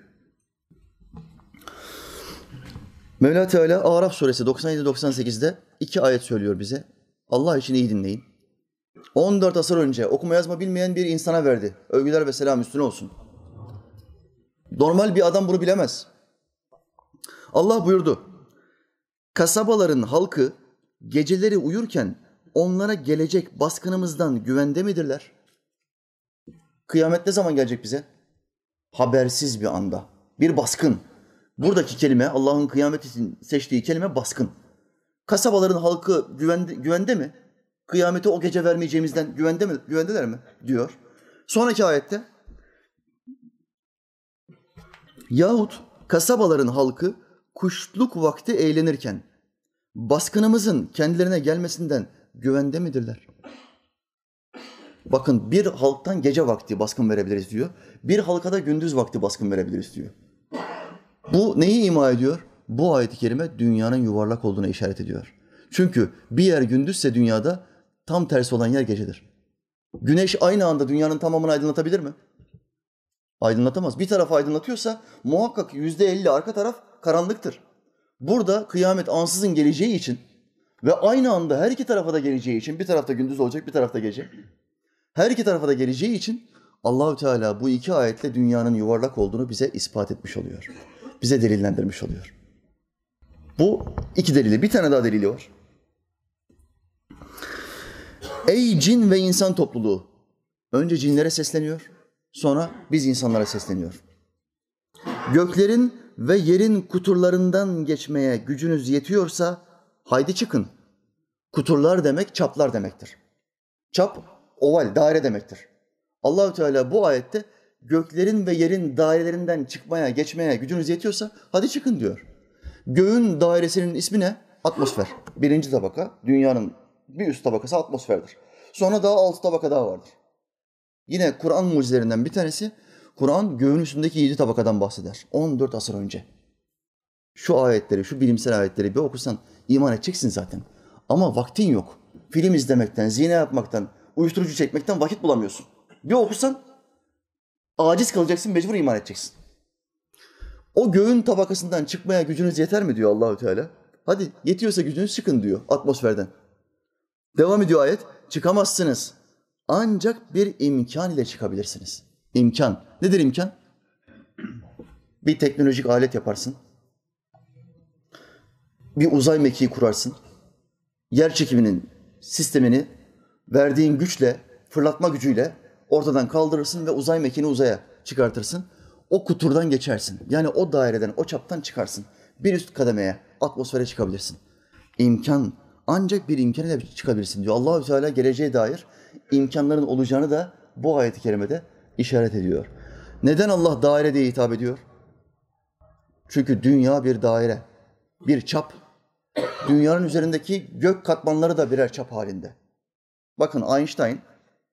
Speaker 1: Mevla Teala Araf suresi 97-98'de 2 ayet söylüyor bize. Allah için iyi dinleyin. 14 asır önce okuma yazma bilmeyen bir insana verdi. Övgüler ve selam üstüne olsun. Normal bir adam bunu bilemez. Allah buyurdu. Kasabaların halkı geceleri uyurken onlara gelecek baskınımızdan güvende midirler? Kıyamet ne zaman gelecek bize? Habersiz bir anda. Bir baskın. Buradaki kelime, Allah'ın kıyamet için seçtiği kelime baskın. Kasabaların halkı güvende mi? Kıyameti o gece vermeyeceğimizden güvendeler mi? Diyor. Sonraki ayette yahut kasabaların halkı kuşluk vakti eğlenirken baskınımızın kendilerine gelmesinden güvende midirler? Bakın bir halktan gece vakti baskın verebiliriz diyor. Bir halka da gündüz vakti baskın verebiliriz diyor. Bu neyi ima ediyor? Bu ayet-i kerime dünyanın yuvarlak olduğuna işaret ediyor. Çünkü bir yer gündüzse dünyada tam tersi olan yer gecedir. Güneş aynı anda dünyanın tamamını aydınlatabilir mi? Aydınlatamaz. Bir taraf aydınlatıyorsa muhakkak %50 arka taraf karanlıktır. Burada kıyamet ansızın geleceği için ve aynı anda her iki tarafa da geleceği için, bir tarafta gündüz olacak, bir tarafta gece. Her iki tarafa da geleceği için Allahü Teala bu 2 ayetle dünyanın yuvarlak olduğunu bize ispat etmiş oluyor. Bize delillendirmiş oluyor. Bu 2 delili. Bir tane daha delili var. Ey cin ve insan topluluğu! Önce cinlere sesleniyor, sonra biz insanlara sesleniyor. Göklerin ve yerin kuturlarından geçmeye gücünüz yetiyorsa haydi çıkın. Kuturlar demek çaplar demektir. Çap oval, daire demektir. Allahü Teala bu ayette göklerin ve yerin dairelerinden çıkmaya, geçmeye gücünüz yetiyorsa hadi çıkın diyor. Göğün dairesinin ismi ne? Atmosfer. 1. tabaka, dünyanın bir üst tabakası atmosferdir. Sonra daha 6 tabaka daha vardır. Yine Kur'an mucizelerinden bir tanesi, Kur'an göğün üstündeki 7 tabakadan bahseder. 14 asır önce. Şu ayetleri, şu bilimsel ayetleri bir okusan iman edeceksin zaten. Ama vaktin yok. Film izlemekten, zina yapmaktan, uyuşturucu çekmekten vakit bulamıyorsun. Bir okusan aciz kalacaksın, mecbur iman edeceksin. O göğün tabakasından çıkmaya gücünüz yeter mi diyor Allahü Teala. Hadi yetiyorsa gücünüz çıkın diyor atmosferden. Devam ediyor ayet. Çıkamazsınız. Ancak bir imkan ile çıkabilirsiniz. İmkan. Nedir imkan? Bir teknolojik alet yaparsın. Bir uzay mekiği kurarsın. Yer çekiminin sistemini verdiğin güçle, fırlatma gücüyle ortadan kaldırırsın ve uzay mekiğini uzaya çıkartırsın. O kuturdan geçersin. Yani o daireden, o çaptan çıkarsın. Bir üst kademeye, atmosfere çıkabilirsin. İmkan, ancak bir imkan ile çıkabilirsin diyor. Allah-u Teala geleceğe dair imkanların olacağını da bu ayet-i kerimede işaret ediyor. Neden Allah daire diye hitap ediyor? Çünkü dünya bir daire, bir çap. Dünyanın üzerindeki gök katmanları da birer çap halinde. Bakın Einstein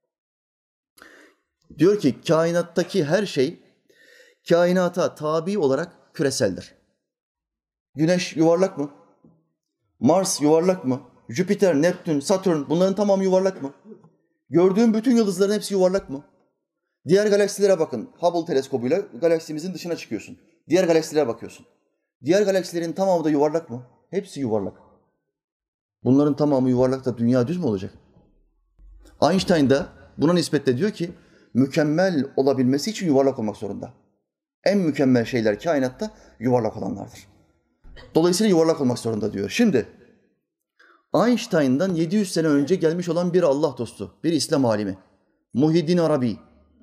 Speaker 1: diyor ki kainattaki her şey kainata tabi olarak küreseldir. Güneş yuvarlak mı? Mars yuvarlak mı? Jüpiter, Neptün, Satürn bunların tamamı yuvarlak mı? Gördüğün bütün yıldızların hepsi yuvarlak mı? Diğer galaksilere bakın. Hubble teleskobuyla galaksimizin dışına çıkıyorsun. Diğer galaksilere bakıyorsun. Diğer galaksilerin tamamı da yuvarlak mı? Hepsi yuvarlak. Bunların tamamı yuvarlak da dünya düz mü olacak? Einstein da buna nispetle diyor ki mükemmel olabilmesi için yuvarlak olmak zorunda. En mükemmel şeyler kainatta yuvarlak olanlardır. Dolayısıyla yuvarlak olmak zorunda diyor. Şimdi Einstein'dan 700 sene önce gelmiş olan bir Allah dostu, bir İslam alimi. Muhyiddin Arabi.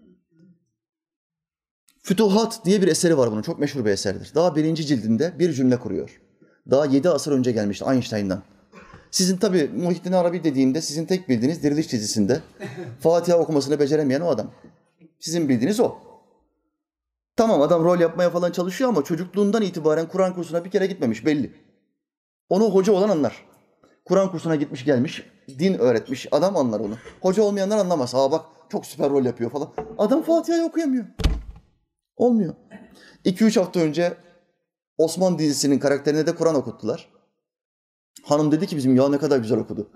Speaker 1: Fütuhat diye bir eseri var bunun. Çok meşhur bir eserdir. Daha 1. cildinde bir cümle kuruyor. Daha 7 asır önce gelmişti Einstein'dan. Sizin tabii Muhyiddin Arabi dediğimde sizin tek bildiğiniz Diriliş dizisinde Fatiha okumasını beceremeyen o adam. Sizin bildiğiniz o. Tamam adam rol yapmaya falan çalışıyor ama çocukluğundan itibaren Kur'an kursuna bir kere gitmemiş belli. Onu hoca olan anlar. Kur'an kursuna gitmiş gelmiş, din öğretmiş adam anlar onu. Hoca olmayanlar anlamaz. Aa bak çok süper rol yapıyor falan. Adam Fatiha'yı okuyamıyor. Olmuyor. 2-3 hafta önce Osman dizisinin karakterine de Kur'an okuttular. Hanım dedi ki bizim ya ne kadar güzel okudu.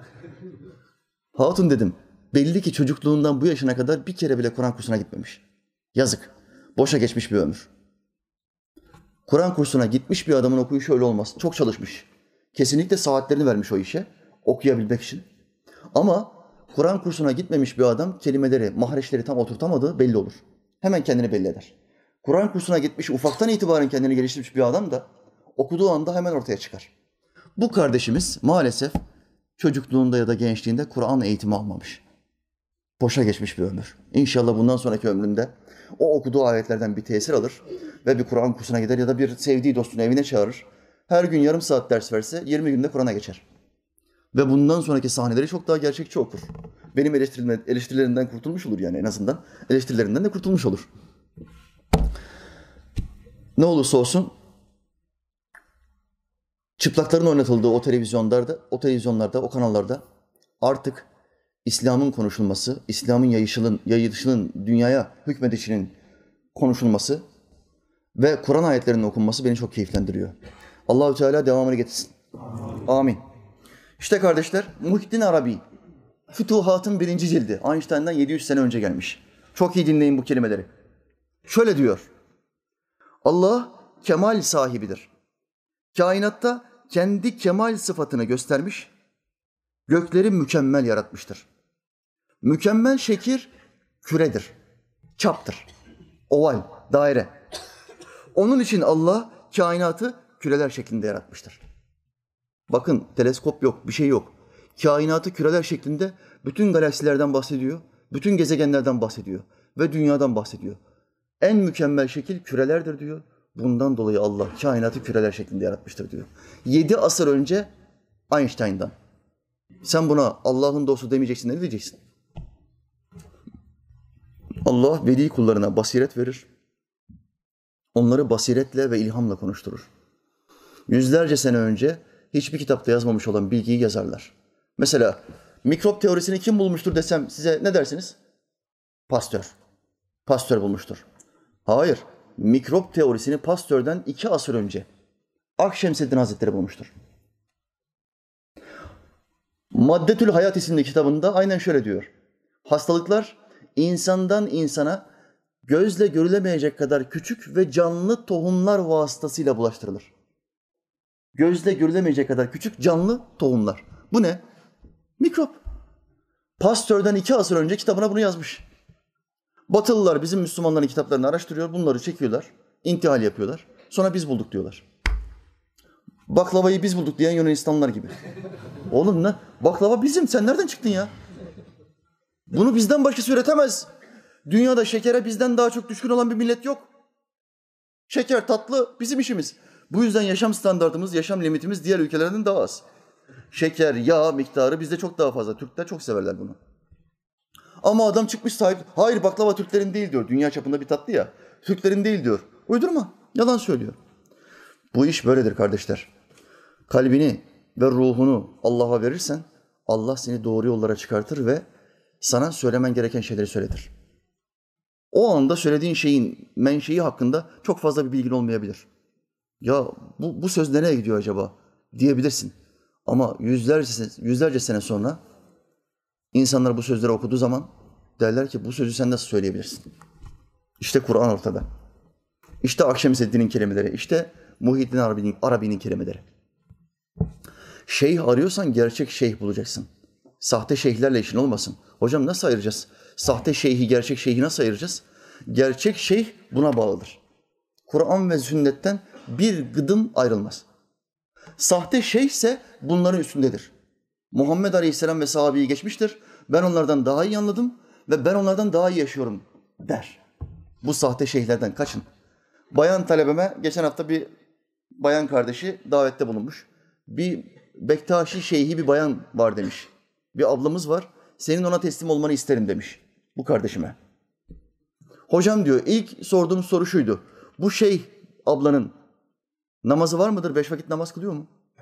Speaker 1: Hatun dedim belli ki çocukluğundan bu yaşına kadar bir kere bile Kur'an kursuna gitmemiş. Yazık. Boşa geçmiş bir ömür. Kur'an kursuna gitmiş bir adamın okuyuşu öyle olmaz. Çok çalışmış. Kesinlikle saatlerini vermiş o işe okuyabilmek için. Ama Kur'an kursuna gitmemiş bir adam kelimeleri, mahreçleri tam oturtamadığı belli olur. Hemen kendini belli eder. Kur'an kursuna gitmiş, ufaktan itibaren kendini geliştirmiş bir adam da okuduğu anda hemen ortaya çıkar. Bu kardeşimiz maalesef çocukluğunda ya da gençliğinde Kur'an eğitimi almamış. Boşa geçmiş bir ömür. İnşallah bundan sonraki ömründe o okuduğu ayetlerden bir tesir alır ve bir Kur'an kursuna gider ya da bir sevdiği dostunu evine çağırır. Her gün yarım saat ders verse 20 günde Kur'an'a geçer. Ve bundan sonraki sahneleri çok daha gerçekçi okur. Benim eleştirilerimden kurtulmuş olur yani en azından. Eleştirilerinden de kurtulmuş olur. Ne olursa olsun çıplakların oynatıldığı o televizyonlarda, o kanallarda artık İslam'ın konuşulması, İslam'ın yayılışının, dünyaya hükmedişinin konuşulması ve Kur'an ayetlerinin okunması beni çok keyiflendiriyor. Allahü Teala devamını getirsin. Amin. İşte kardeşler, Muhyiddin Arabi, Fütuhat'ın 1. cildi, Einstein'dan 700 sene önce gelmiş. Çok iyi dinleyin bu kelimeleri. Şöyle diyor, Allah kemal sahibidir. Kainatta kendi kemal sıfatını göstermiş, gökleri mükemmel yaratmıştır. Mükemmel şekil küredir, çaptır, oval, daire. Onun için Allah kainatı küreler şeklinde yaratmıştır. Bakın teleskop yok, bir şey yok. Kainatı küreler şeklinde bütün galaksilerden bahsediyor, bütün gezegenlerden bahsediyor ve dünyadan bahsediyor. En mükemmel şekil kürelerdir diyor. Bundan dolayı Allah kainatı küreler şeklinde yaratmıştır diyor. 7 asır önce Einstein'dan. Sen buna Allah'ın dostu demeyeceksin, ne diyeceksin? Allah veli kullarına basiret verir. Onları basiretle ve ilhamla konuşturur. Yüzlerce sene önce hiçbir kitapta yazmamış olan bilgiyi yazarlar. Mesela mikrop teorisini kim bulmuştur desem size ne dersiniz? Pastör. Pastör bulmuştur. Hayır, mikrop teorisini Pasteur'den 2 asır önce Akşemseddin Hazretleri bulmuştur. Maddetül Hayat isimli kitabında aynen şöyle diyor. Hastalıklar insandan insana gözle görülemeyecek kadar küçük ve canlı tohumlar vasıtasıyla bulaştırılır. Gözle görülemeyecek kadar küçük canlı tohumlar. Bu ne? Mikrop. Pasteur'den 2 asır önce kitabına bunu yazmış. Batılılar bizim Müslümanların kitaplarını araştırıyor, bunları çekiyorlar, intihal yapıyorlar. Sonra biz bulduk diyorlar. Baklavayı biz bulduk diyen Yunanistanlılar gibi. Oğlum ne? Baklava bizim, sen nereden çıktın ya? Bunu bizden başkası üretemez. Dünyada şekere bizden daha çok düşkün olan bir millet yok. Şeker, tatlı bizim işimiz. Bu yüzden yaşam standartımız, yaşam limitimiz diğer ülkelerden daha az. Şeker, yağ miktarı bizde çok daha fazla. Türkler çok severler bunu. Ama adam çıkmış sahip, hayır baklava Türklerin değil diyor. Dünya çapında bir tatlı ya. Türklerin değil diyor. Uydurma, yalan söylüyor. Bu iş böyledir kardeşler. Kalbini ve ruhunu Allah'a verirsen Allah seni doğru yollara çıkartır ve sana söylemen gereken şeyleri söyletir. O anda söylediğin şeyin menşei hakkında çok fazla bir bilgin olmayabilir. Ya bu söz nereye gidiyor acaba diyebilirsin. Ama yüzlerce sene sonra insanlar bu sözleri okuduğu zaman derler ki bu sözü sen nasıl söyleyebilirsin? İşte Kur'an ortada. İşte Akşemseddin'in kelimeleri, işte Muhyiddin Arabi'nin kelimeleri. Şeyh arıyorsan gerçek şeyh bulacaksın. Sahte şeyhlerle işin olmasın. Hocam nasıl ayıracağız? Sahte şeyhi, gerçek şeyhi nasıl ayıracağız? Gerçek şeyh buna bağlıdır. Kur'an ve sünnetten bir gıdım ayrılmaz. Sahte şeyh ise bunların üstündedir. Muhammed Aleyhisselam ve sahabeyi geçmiştir. Ben onlardan daha iyi anladım ve ben onlardan daha iyi yaşıyorum der. Bu sahte şeyhlerden kaçın. Bayan talebeme geçen hafta bir bayan kardeşi davette bulunmuş. Bir Bektaşi şeyhi bir bayan var demiş. Bir ablamız var. Senin ona teslim olmanı isterim demiş bu kardeşime. Hocam diyor ilk sorduğum soru şuydu. Bu şeyh ablanın namazı var mıdır? 5 vakit namaz kılıyor mu?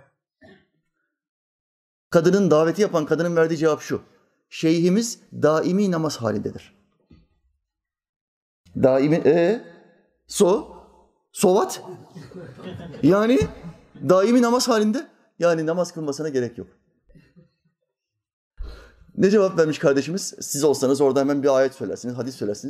Speaker 1: Kadının daveti yapan kadının verdiği cevap şu. Şeyhimiz daimi namaz halindedir. Daimi so what? Yani daimi namaz halinde. Yani namaz kılmasına gerek yok. Ne cevap vermiş kardeşimiz? Siz olsanız orada hemen bir ayet söylersiniz, hadis söylersiniz.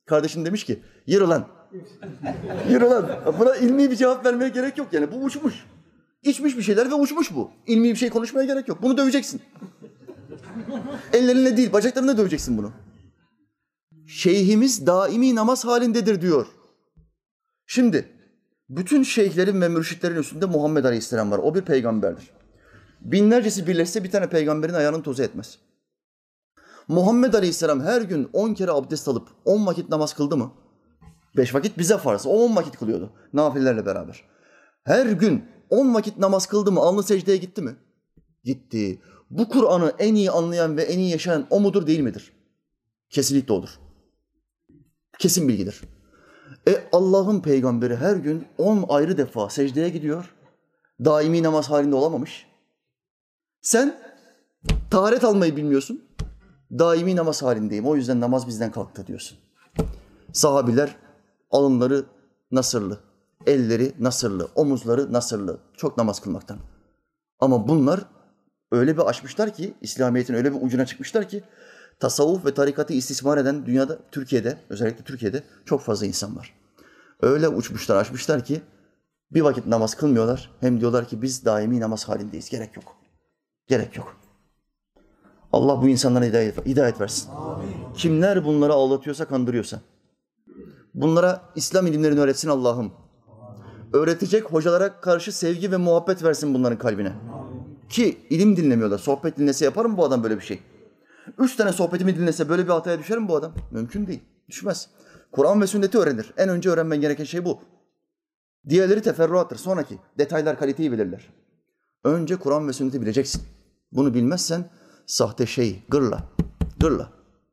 Speaker 1: Kardeşin demiş ki yürü lan. Yürü lan. Buna ilmi bir cevap vermeye gerek yok yani. Bu uçmuş. İçmiş bir şeyler ve uçmuş bu. İlmi bir şey konuşmaya gerek yok. Bunu döveceksin. Ellerinle değil, bacaklarına döveceksin bunu. Şeyhimiz daimi namaz halindedir diyor. Şimdi bütün şeyhlerin ve mürşitlerin üstünde Muhammed Aleyhisselam var. O bir peygamberdir. Binlercesi birleşse bir tane peygamberin ayağının tozu etmez. Muhammed Aleyhisselam her gün 10 kere abdest alıp 10 vakit namaz kıldı mı? 5 vakit bize farz. O 10 vakit kılıyordu. Nafilelerle beraber. Her gün 10 vakit namaz kıldı mı? Alnı secdeye gitti mi? Gitti. Bu Kur'an'ı en iyi anlayan ve en iyi yaşayan o mudur değil midir? Kesinlikle odur. Kesin bilgidir. Allah'ın peygamberi her gün 10 ayrı defa secdeye gidiyor. Daimi namaz halinde olamamış. Sen taharet almayı bilmiyorsun. Daimi namaz halindeyim. O yüzden namaz bizden kalktı diyorsun. Sahabiler alınları nasırlı, elleri nasırlı, omuzları nasırlı. Çok namaz kılmaktan. Ama bunlar öyle bir aşmışlar ki, İslamiyet'in öyle bir ucuna çıkmışlar ki tasavvuf ve tarikatı istismar eden dünyada, Türkiye'de, özellikle Türkiye'de çok fazla insan var. Öyle uçmuşlar, aşmışlar ki bir vakit namaz kılmıyorlar. Hem diyorlar ki biz daimi namaz halindeyiz. Gerek yok. Gerek yok. Allah bu insanlara hidayet versin. Amin. Kimler bunları aldatıyorsa, kandırıyorsa. Bunlara İslam ilimlerini öğretsin Allah'ım. Öğretecek hocalara karşı sevgi ve muhabbet versin bunların kalbine. Ki ilim dinlemiyorlar. Sohbet dinlese yapar mı bu adam böyle bir şey? 3 tane sohbetimi dinlese böyle bir hataya düşer mi bu adam? Mümkün değil. Düşmez. Kur'an ve sünneti öğrenir. En önce öğrenmen gereken şey bu. Diğerleri teferruattır. Sonraki detaylar kaliteyi belirler. Önce Kur'an ve sünneti bileceksin. Bunu bilmezsen sahte şey, gırla. Gırla.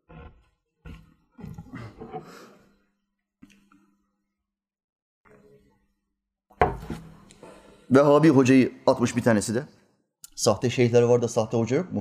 Speaker 1: Vehhabi hocayı atmış bir tanesi de. Sahte şeyhler var da sahte hoca yok mu?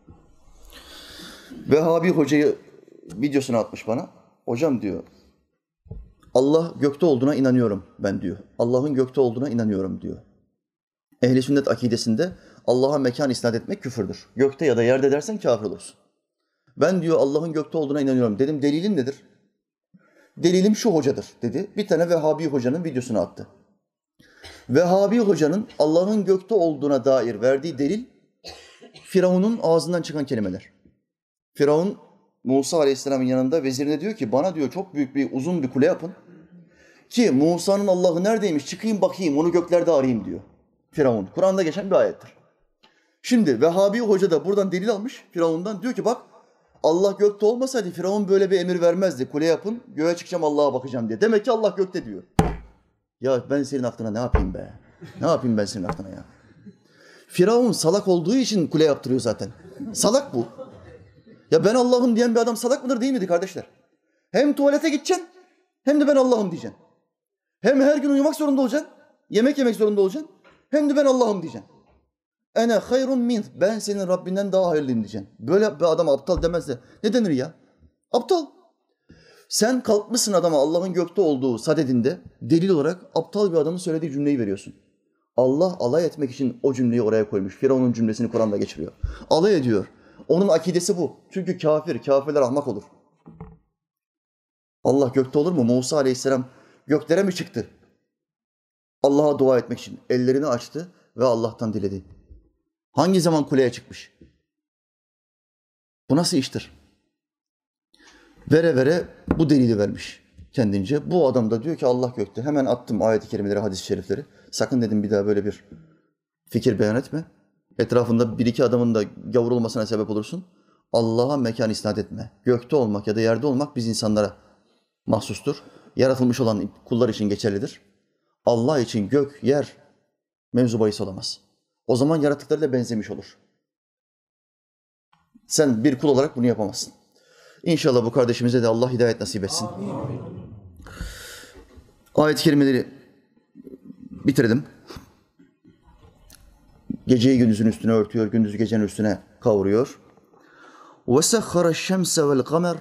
Speaker 1: Vehhabi hocayı videosunu atmış bana. Hocam diyor, Allah gökte olduğuna inanıyorum ben diyor. Allah'ın gökte olduğuna inanıyorum diyor. Ehl-i sünnet akidesinde Allah'a mekan isnat etmek küfürdür. Gökte ya da yerde dersen kafir olursun. Ben diyor Allah'ın gökte olduğuna inanıyorum. Dedim delilin nedir? Delilim şu hocadır dedi. Bir tane Vehhabi hocanın videosunu attı. Vehhabi hocanın Allah'ın gökte olduğuna dair verdiği delil Firavun'un ağzından çıkan kelimeler. Firavun Musa Aleyhisselam'ın yanında vezirine diyor ki bana diyor çok büyük bir uzun bir kule yapın ki Musa'nın Allah'ı neredeymiş çıkayım bakayım onu göklerde arayayım diyor. Firavun. Kur'an'da geçen bir ayettir. Şimdi Vehhabi hoca da buradan delil almış Firavun'dan. Diyor ki bak Allah gökte olmasaydı Firavun böyle bir emir vermezdi. Kule yapın göğe çıkacağım Allah'a bakacağım diye. Demek ki Allah gökte diyor. Ya ben senin aklına ne yapayım be? Ne yapayım ben senin aklına ya? Firavun salak olduğu için kule yaptırıyor zaten. Salak bu. Ya ben Allah'ım diyen bir adam salak mıdır değil midir kardeşler? Hem tuvalete gideceksin hem de ben Allah'ım diyeceksin. Hem her gün uyumak zorunda olacaksın. Yemek yemek zorunda olacaksın. Hem de ben Allah'ım diyeceksin. Ene hayrun min. Ben senin Rabbinden daha hayırlıyım diyeceksin. Böyle bir adam aptal demez de ne denir ya? Aptal. Sen kalkmışsın adama Allah'ın gökte olduğu sadedinde delil olarak aptal bir adamın söylediği cümleyi veriyorsun. Allah alay etmek için o cümleyi oraya koymuş. Firavun'un cümlesini Kur'an'da geçiriyor. Alay ediyor. Onun akidesi bu. Çünkü kafirler ahmak olur. Allah gökte olur mu? Musa Aleyhisselam göklere mi çıktı? Allah'a dua etmek için ellerini açtı ve Allah'tan diledi. Hangi zaman kuleye çıkmış? Bu nasıl iştir? Vere vere bu delili vermiş kendince. Bu adam da diyor ki Allah gökte. Hemen attım ayet-i kerimeleri, hadis-i şerifleri. Sakın dedim bir daha böyle bir fikir beyan etme. Etrafında bir iki adamın da gavur olmasına sebep olursun. Allah'a mekan isnat etme. Gökte olmak ya da yerde olmak biz insanlara mahsustur. Yaratılmış olan kullar için geçerlidir. Allah için gök, yer mevzu bahis olamaz. O zaman yaratıklarıyla benzemiş olur. Sen bir kul olarak bunu yapamazsın. İnşallah bu kardeşimize de Allah hidayet nasip etsin. Amin. Ayet-i kerimeleri bitirdim. Geceyi gündüzün üstüne örtüyor, gündüzü gecenin üstüne kavuruyor. وَسَخَّرَ الشَّمْسَ وَالْقَمَرَ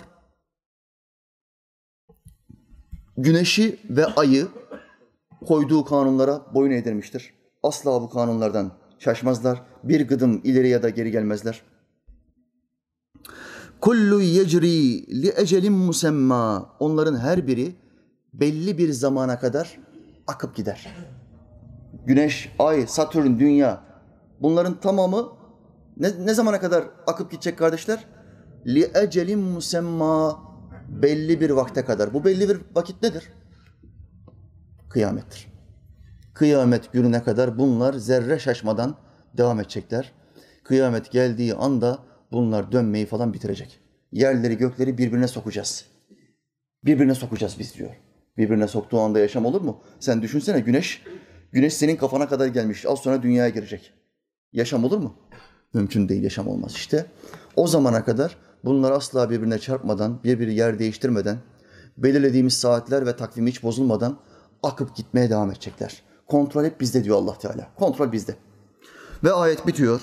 Speaker 1: Güneşi ve ayı koyduğu kanunlara boyun eğdirmiştir. Asla bu kanunlardan şaşmazlar. Bir gıdım ileri ya da geri gelmezler. Kullu yecri li ecelin musemma. Onların her biri belli bir zamana kadar akıp gider. Güneş, ay, Satürn, dünya, bunların tamamı ne zamana kadar akıp gidecek kardeşler? Li ecelin musemma, belli bir vakte kadar. Bu belli bir vakit nedir? Kıyamettir. Kıyamet gününe kadar bunlar zerre şaşmadan devam edecekler. Kıyamet geldiği anda bunlar dönmeyi falan bitirecek. Yerleri gökleri birbirine sokacağız. Birbirine sokacağız biz diyor. Birbirine soktuğu anda yaşam olur mu? Sen düşünsene güneş senin kafana kadar gelmiş. Az sonra dünyaya girecek. Yaşam olur mu? Mümkün değil, yaşam olmaz işte. O zamana kadar bunlar asla birbirine çarpmadan, birbiri yer değiştirmeden, belirlediğimiz saatler ve takvimi hiç bozulmadan akıp gitmeye devam edecekler. Kontrol hep bizde diyor Allah Teala. Kontrol bizde. Ve ayet bitiyor.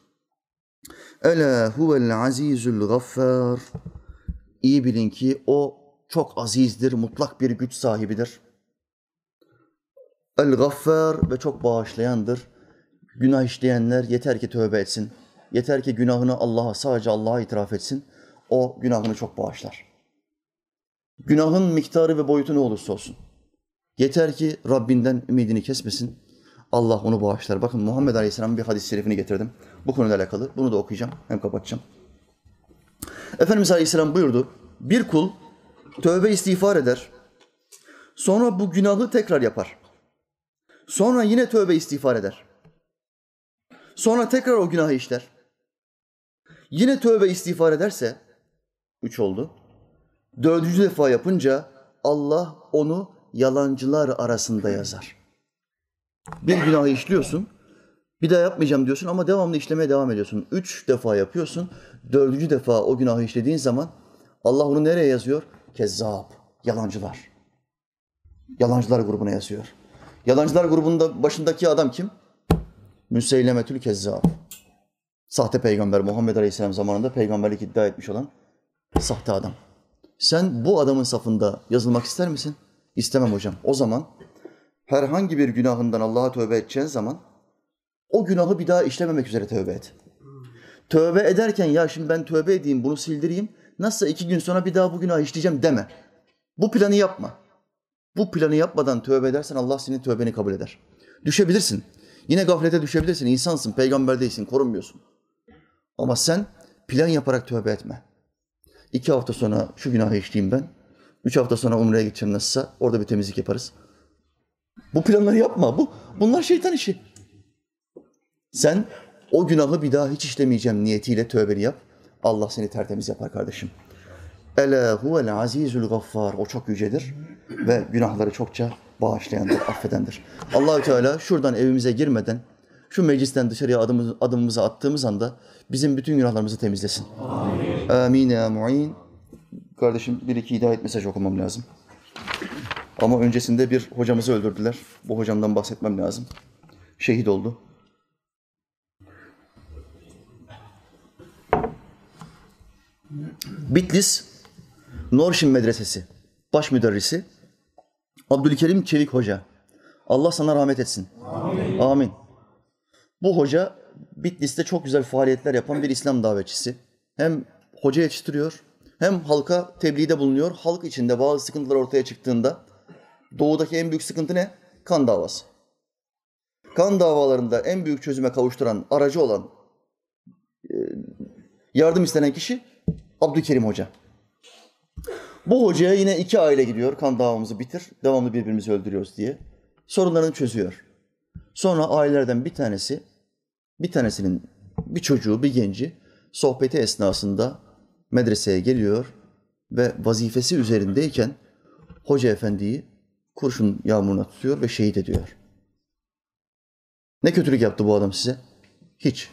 Speaker 1: Ela huvel azizul gaffar. İyi bilin ki o çok azizdir, mutlak bir güç sahibidir. El gaffar ve çok bağışlayandır. Günah işleyenler yeter ki tövbe etsin. Yeter ki günahını sadece Allah'a itiraf etsin. O günahını çok bağışlar. Günahın miktarı ve boyutu ne olursa olsun. Yeter ki Rabbinden ümidini kesmesin. Allah onu bağışlar. Bakın Muhammed Aleyhisselam'ın bir hadis-i şerifini getirdim. Bu konuyla alakalı. Bunu da okuyacağım. Hem kapatacağım. Efendimiz Aleyhisselam buyurdu. Bir kul tövbe istiğfar eder. Sonra bu günahı tekrar yapar. Sonra yine tövbe istiğfar eder. Sonra tekrar o günahı işler. Yine tövbe istiğfar ederse, 3 oldu. 4. defa yapınca Allah onu yalancılar arasında yazar. Bir günahı işliyorsun, bir daha yapmayacağım diyorsun ama devamlı işlemeye devam ediyorsun. 3 defa yapıyorsun, 4. defa o günahı işlediğin zaman Allah onu nereye yazıyor? Kezzab, yalancılar. Yalancılar grubuna yazıyor. Yalancılar grubunda başındaki adam kim? Müseylemetül Kezzab. Sahte peygamber, Muhammed Aleyhisselam zamanında peygamberlik iddia etmiş olan sahte adam. Sen bu adamın safında yazılmak ister misin? İstemem hocam. O zaman herhangi bir günahından Allah'a tövbe edeceğin zaman o günahı bir daha işlememek üzere tövbe et. Tövbe ederken ya şimdi ben tövbe edeyim, bunu sildireyim, nasılsa 2 gün sonra bir daha bu günahı işleyeceğim deme. Bu planı yapma. Bu planı yapmadan tövbe edersen Allah senin tövbeni kabul eder. Düşebilirsin. Yine gaflete düşebilirsin. İnsansın, peygamber değilsin, korunmuyorsun. Ama sen plan yaparak tövbe etme. 2 hafta sonra şu günahı işleyeyim ben. 3 hafta sonra Umre'ye gideceğim nasılsa. Orada bir temizlik yaparız. Bu planları yapma. Bunlar şeytan işi. Sen o günahı bir daha hiç işlemeyeceğim niyetiyle tövbeni yap. Allah seni tertemiz yapar kardeşim. Ela huvel azizul gaffar. O çok yücedir ve günahları çokça bağışlayandır, affedendir. Allahü Teala şuradan evimize girmeden, şu meclisten dışarıya adımımızı attığımız anda bizim bütün günahlarımızı temizlesin. Amin. Amin ya mu'in. Kardeşim 1-2 hidayet mesajı okumam lazım. Ama öncesinde bir hocamızı öldürdüler. Bu hocamdan bahsetmem lazım. Şehit oldu. Bitlis Norşin Medresesi baş müderrisi Abdülkerim Çevik Hoca. Allah sana rahmet etsin. Amin. Amin. Bu hoca Bitlis'te çok güzel faaliyetler yapan bir İslam davetçisi. Hem hoca yetiştiriyor, hem halka tebliğde bulunuyor. Halk içinde bazı sıkıntılar ortaya çıktığında doğudaki en büyük sıkıntı ne? Kan davası. Kan davalarında en büyük çözüme kavuşturan, aracı olan, yardım istenen kişi Abdülkerim Hoca. Bu hocaya yine 2 aile gidiyor, kan davamızı bitir, devamlı birbirimizi öldürüyoruz diye. Sorunlarını çözüyor. Sonra ailelerden bir tanesinin bir çocuğu, bir genci sohbeti esnasında medreseye geliyor ve vazifesi üzerindeyken Hoca Efendi'yi kurşun yağmuruna tutuyor ve şehit ediyor. Ne kötülük yaptı bu adam size? Hiç.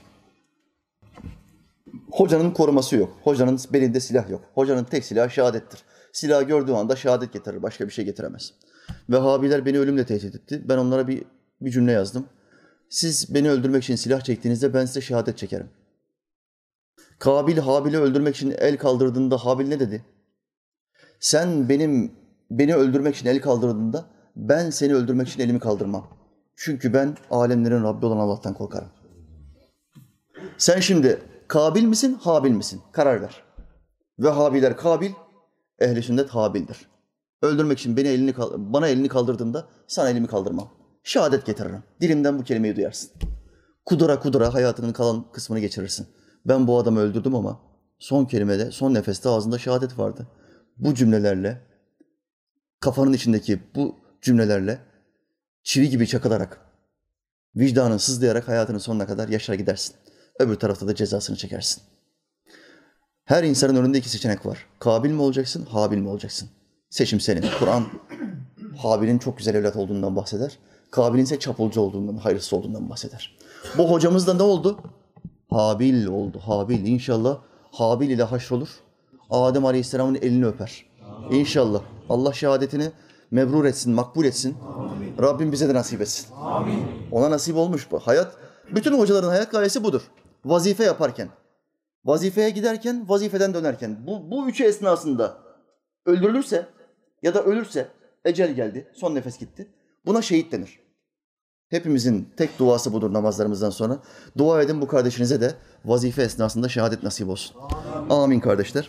Speaker 1: Hocanın koruması yok. Hocanın belinde silah yok. Hocanın tek silahı şehadettir. Silahı gördüğü anda şehadet getirir. Başka bir şey getiremez. Vehhabiler beni ölümle tehdit etti. Ben onlara bir cümle yazdım. Siz beni öldürmek için silah çektiğinizde ben size şehadet çekerim. Kabil Habil'i öldürmek için el kaldırdığında Habil ne dedi? Sen beni öldürmek için el kaldırdığında ben seni öldürmek için elimi kaldırmam. Çünkü ben alemlerin Rabbi olan Allah'tan korkarım. Sen şimdi Kabil misin, Habil misin? Karar ver. Vehhabiler Kabil, ehli sünnet Habil'dir. Öldürmek için bana elini kaldırdığında sana elimi kaldırmam. Şehadet getiririm. Dilimden bu kelimeyi duyarsın. Kudura kudura hayatının kalan kısmını geçirirsin. Ben bu adamı öldürdüm ama son kelimede, son nefeste ağzında şehadet vardı. Bu cümlelerle, kafanın içindeki bu cümlelerle çivi gibi çakılarak, vicdanın sızlayarak hayatının sonuna kadar yaşar gidersin. Öbür tarafta da cezasını çekersin. Her insanın önünde iki seçenek var. Kabil mi olacaksın, Habil mi olacaksın? Seçim senin. Kur'an Habil'in çok güzel evlat olduğundan bahseder. Kabil'in ise çapulcu olduğundan, hayırsız olduğundan bahseder. Bu hocamız da ne oldu? Habil oldu. Habil. İnşallah Habil ile haşrolur. Adem Aleyhisselam'ın elini öper. İnşallah. Allah şehadetini mebrur etsin, makbul etsin. Amin. Rabbim bize de nasip etsin. Amin. Ona nasip olmuş bu. Hayat, bütün hocaların hayat gayesi budur. Vazife yaparken, vazifeye giderken, vazifeden dönerken. Bu üçü esnasında öldürülürse ya da ölürse, ecel geldi, son nefes gitti. Buna şehit denir. Hepimizin tek duası budur namazlarımızdan sonra. Dua edin bu kardeşinize de vazife esnasında şehadet nasip olsun. Amin kardeşler.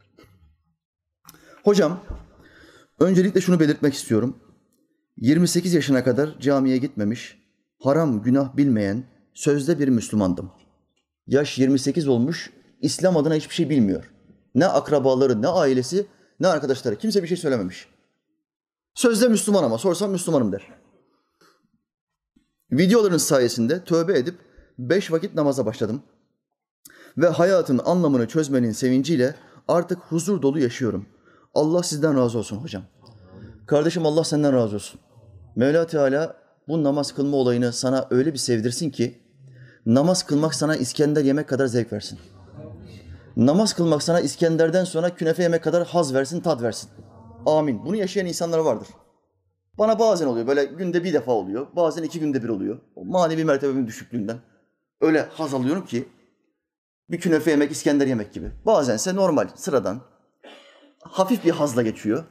Speaker 1: Hocam, öncelikle şunu belirtmek istiyorum. 28 yaşına kadar camiye gitmemiş, haram, günah bilmeyen sözde bir Müslümandım. Yaş 28 olmuş, İslam adına hiçbir şey bilmiyor. Ne akrabaları, ne ailesi, ne arkadaşları. Kimse bir şey söylememiş. Sözde Müslüman ama sorsam Müslümanım der. Videoların sayesinde tövbe edip 5 vakit namaza başladım. Ve hayatın anlamını çözmenin sevinciyle artık huzur dolu yaşıyorum. Allah sizden razı olsun hocam. Kardeşim Allah senden razı olsun. Mevla Teala bu namaz kılma olayını sana öyle bir sevdirsin ki namaz kılmak sana İskender yemek kadar zevk versin. Namaz kılmak sana İskender'den sonra künefe yemek kadar haz versin, tat versin. Amin. Bunu yaşayan insanlar vardır. Bana bazen oluyor, böyle günde bir defa oluyor, bazen 2 günde bir oluyor. O manevi mertebemin düşüklüğünden. Öyle haz alıyorum ki bir künefe yemek, İskender yemek gibi. Bazense normal, sıradan, hafif bir hazla geçiyor.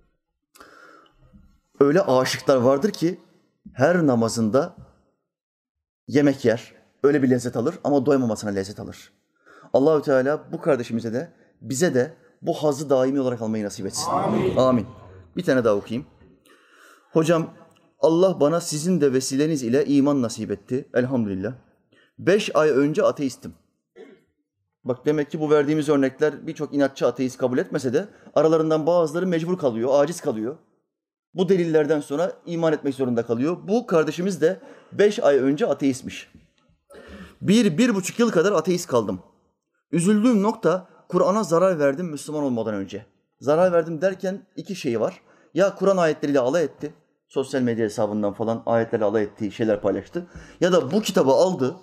Speaker 1: Öyle aşıklar vardır ki her namazında yemek yer, öyle bir lezzet alır ama doymamasına lezzet alır. Allahü Teala bu kardeşimize de, bize de bu hazzı daimi olarak almayı nasip etsin. Amin. Amin. Bir tane daha okuyayım. Hocam, Allah bana sizin de vesileniz ile iman nasip etti. Elhamdülillah. 5 ay önce ateistim. Bak demek ki bu verdiğimiz örnekler birçok inatçı ateist kabul etmese de aralarından bazıları mecbur kalıyor, aciz kalıyor. Bu delillerden sonra iman etmek zorunda kalıyor. Bu kardeşimiz de 5 ay önce ateistmiş. 1,5 yıl kadar ateist kaldım. Üzüldüğüm nokta Kur'an'a zarar verdim Müslüman olmadan önce. Zarar verdim derken 2 şey var. Ya Kur'an ayetleriyle alay etti. Sosyal medya hesabından falan ayetlerle alay ettiği şeyler paylaştı. Ya da bu kitabı aldı,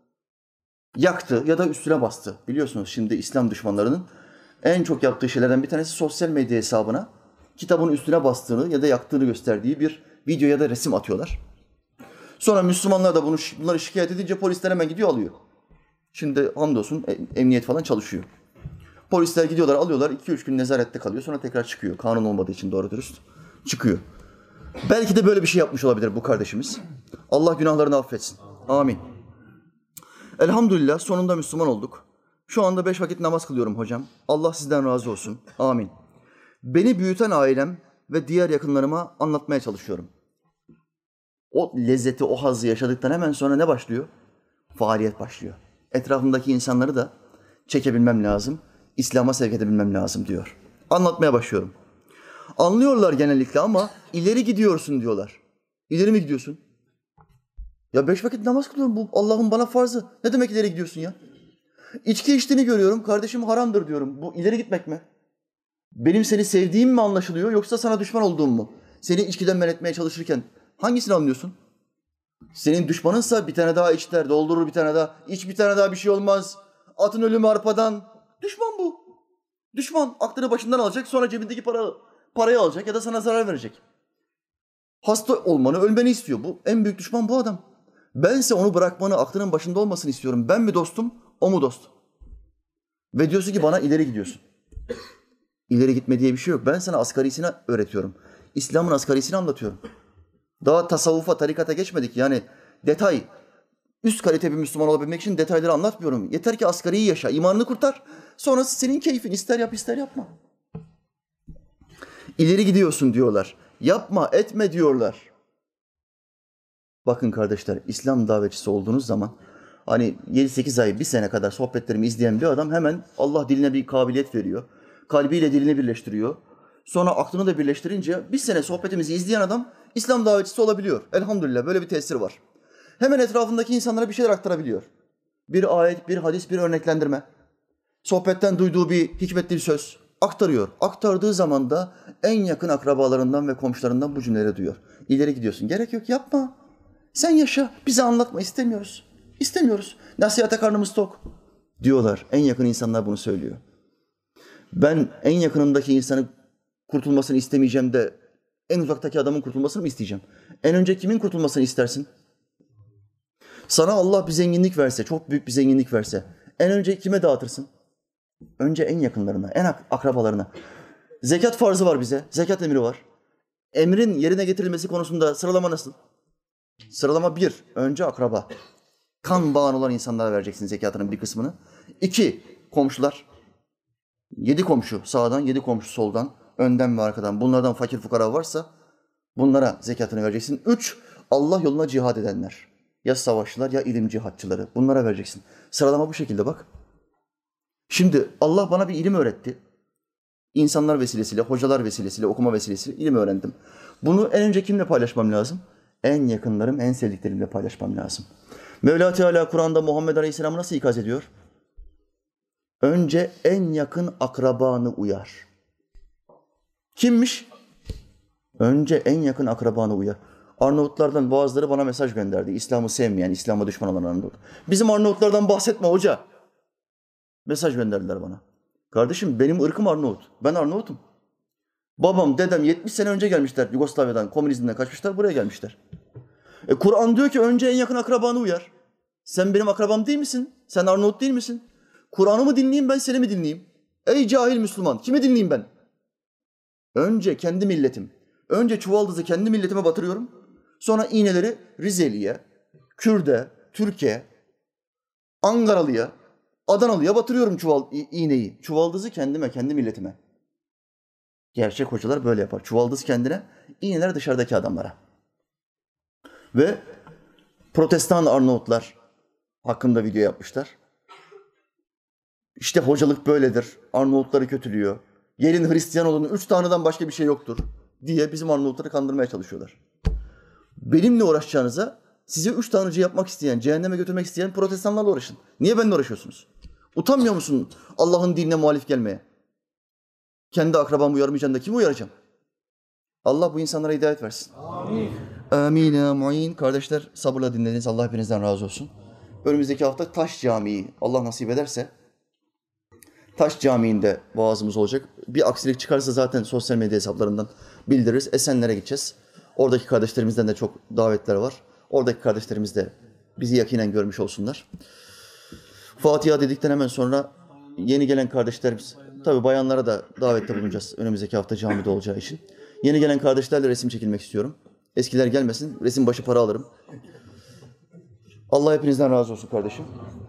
Speaker 1: yaktı ya da üstüne bastı. Biliyorsunuz şimdi İslam düşmanlarının en çok yaptığı şeylerden bir tanesi sosyal medya hesabına kitabın üstüne bastığını ya da yaktığını gösterdiği bir video ya da resim atıyorlar. Sonra Müslümanlar da bunları şikayet edince polisler hemen gidiyor alıyor. Şimdi hamdolsun emniyet falan çalışıyor. Polisler gidiyorlar alıyorlar 2-3 gün nezarette kalıyor sonra tekrar çıkıyor. Kanun olmadığı için doğru dürüst çıkıyor. Belki de böyle bir şey yapmış olabilir bu kardeşimiz. Allah günahlarını affetsin. Amin. Elhamdülillah sonunda Müslüman olduk. Şu anda 5 vakit namaz kılıyorum hocam. Allah sizden razı olsun. Amin. Beni büyüten ailem ve diğer yakınlarıma anlatmaya çalışıyorum. O lezzeti, o hazzı yaşadıktan hemen sonra ne başlıyor? Faaliyet başlıyor. Etrafımdaki insanları da çekebilmem lazım, İslam'a sevk edebilmem lazım diyor. Anlatmaya başlıyorum. Anlıyorlar genellikle ama ileri gidiyorsun diyorlar. İleri mi gidiyorsun? Ya 5 vakit namaz kılıyorum, bu Allah'ın bana farzı. Ne demek ileri gidiyorsun ya? İçki içtiğini görüyorum, kardeşim haramdır diyorum. Bu ileri gitmek mi? Benim seni sevdiğim mi anlaşılıyor yoksa sana düşman olduğum mu? Seni içkiden men etmeye çalışırken hangisini anlıyorsun? Senin düşmanınsa bir tane daha içler, doldurur bir tane daha. İç bir tane daha bir şey olmaz. Atın ölümü arpadan. Düşman bu. Düşman aklını başından alacak sonra cebindeki parayı alacak ya da sana zarar verecek. Hasta olmanı, ölmeni istiyor. Bu en büyük düşman bu adam. Bense onu bırakmanı, aklının başında olmasını istiyorum. Ben mi dostum, o mu dost? Ve diyorsun ki bana ileri gidiyorsun. İleri gitme diye bir şey yok. Ben sana asgarisini öğretiyorum. İslam'ın asgarisini anlatıyorum. Daha tasavvufa, tarikata geçmedik. Yani detay, Üst kalite bir Müslüman olabilmek için detayları anlatmıyorum. Yeter ki asgariyi yaşa, imanını kurtar. Sonrası senin keyfin. İster yap, ister yapma. İleri gidiyorsun diyorlar. Yapma, etme diyorlar. Bakın kardeşler, İslam davetçisi olduğunuz zaman hani 7-8 ay, 1 sene kadar sohbetlerimi izleyen bir adam hemen Allah diline bir kabiliyet veriyor. Kalbiyle dilini birleştiriyor. Sonra aklını da birleştirince 1 sene sohbetimizi izleyen adam İslam davetçisi olabiliyor. Elhamdülillah böyle bir tesir var. Hemen etrafındaki insanlara bir şeyler aktarabiliyor. Bir ayet, bir hadis, bir örneklendirme. Sohbetten duyduğu bir hikmetli bir söz aktarıyor. Aktardığı zaman da en yakın akrabalarından ve komşularından bu cümleleri duyuyor. İleri gidiyorsun. Gerek yok, yapma. Sen yaşa, bize anlatma, istemiyoruz. İstemiyoruz. Nasihate karnımız tok diyorlar. En yakın insanlar bunu söylüyor. Ben en yakınımdaki insanın kurtulmasını istemeyeceğim de en uzaktaki adamın kurtulmasını mı isteyeceğim? En önce kimin kurtulmasını istersin? Sana Allah bir zenginlik verse, çok büyük bir zenginlik verse, en önce kime dağıtırsın? Önce en yakınlarına, en akrabalarına. Zekat farzı var bize, zekat emri var. Emrin yerine getirilmesi konusunda sıralama nasıl? Sıralama 1, önce akraba. Kan bağın olan insanlara vereceksin zekatının bir kısmını. 2, komşular. 7 komşu sağdan, 7 komşu soldan, önden ve arkadan. Bunlardan fakir fukara varsa bunlara zekatını vereceksin. 3, Allah yoluna cihad edenler. Ya savaşçılar ya ilim cihatçıları. Bunlara vereceksin. Sıralama bu şekilde bak. Şimdi Allah bana bir ilim öğretti. İnsanlar vesilesiyle, hocalar vesilesiyle, okuma vesilesiyle ilim öğrendim. Bunu en önce kimle paylaşmam lazım? En yakınlarım, en sevdiklerimle paylaşmam lazım. Mevla Teala Kur'an'da Muhammed Aleyhisselam'ı nasıl ikaz ediyor? Önce en yakın akrabanı uyar. Kimmiş? Önce en yakın akrabanı uyar. Arnavutlardan bazıları bana mesaj gönderdi. İslam'ı sevmeyen, İslam'a düşman olan Arnavut. Bizim Arnavutlardan bahsetme hoca. Mesaj gönderdiler bana. Kardeşim benim ırkım Arnavut. Ben Arnavut'um. Babam, dedem 70 sene önce gelmişler Yugoslavya'dan, komünizmden kaçmışlar, buraya gelmişler. Kur'an diyor ki önce en yakın akrabanı uyar. Sen benim akrabam değil misin? Sen Arnavut değil misin? Kur'an'ı mı dinleyeyim ben, seni mi dinleyeyim? Ey cahil Müslüman, kimi dinleyeyim ben? Önce kendi milletim. Önce çuvaldızı kendi milletime batırıyorum. Sonra iğneleri Rizeli'ye, Kürt'e, Türkiye, Ankaralı'ya, Adanalı'ya batırıyorum iğneyi. Çuvaldızı kendime, kendi milletime. Gerçek hocalar böyle yapar. Çuvaldız kendine, iğneler dışarıdaki adamlara. Ve Protestan Arnavutlar hakkında video yapmışlar. İşte hocalık böyledir. Arnavutları kötülüyor. Gelin Hristiyan olun, 3 tanrıdan başka bir şey yoktur diye bizim Arnavutları kandırmaya çalışıyorlar. Benimle uğraşacağınıza size 3 tanrıcı yapmak isteyen, cehenneme götürmek isteyen protestanlarla uğraşın. Niye benimle uğraşıyorsunuz? Utanmıyor musun Allah'ın dinine muhalif gelmeye? Kendi akrabamı uyarmayacağım da kimi uyaracağım? Allah bu insanlara hidayet versin. Amin. Amin ya mu'in. Kardeşler sabırla dinlediniz. Allah hepinizden razı olsun. Önümüzdeki hafta Taş Camii, Allah nasip ederse Taş Camii'nde vaazımız olacak. Bir aksilik çıkarsa zaten sosyal medya hesaplarından bildiririz. Esenler'e gideceğiz. Oradaki kardeşlerimizden de çok davetler var. Oradaki kardeşlerimiz de bizi yakinen görmüş olsunlar. Fatiha dedikten hemen sonra yeni gelen kardeşlerimiz, tabii bayanlara da davette bulunacağız önümüzdeki hafta camide olacağı için. Yeni gelen kardeşlerle resim çekilmek istiyorum. Eskiler gelmesin, resim başı para alırım. Allah hepinizden razı olsun kardeşim.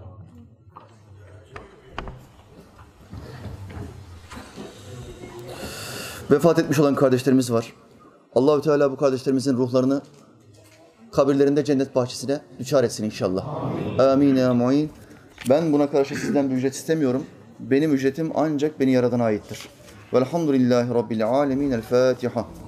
Speaker 1: Vefat etmiş olan kardeşlerimiz var. Allahü Teala bu kardeşlerimizin ruhlarını kabirlerinde cennet bahçesine düçar etsin inşallah. Amin ya mu'in. Ben buna karşı sizden bir ücret istemiyorum. Benim ücretim ancak beni yaradana aittir. Velhamdülillahi Rabbil alemin. El Fatiha.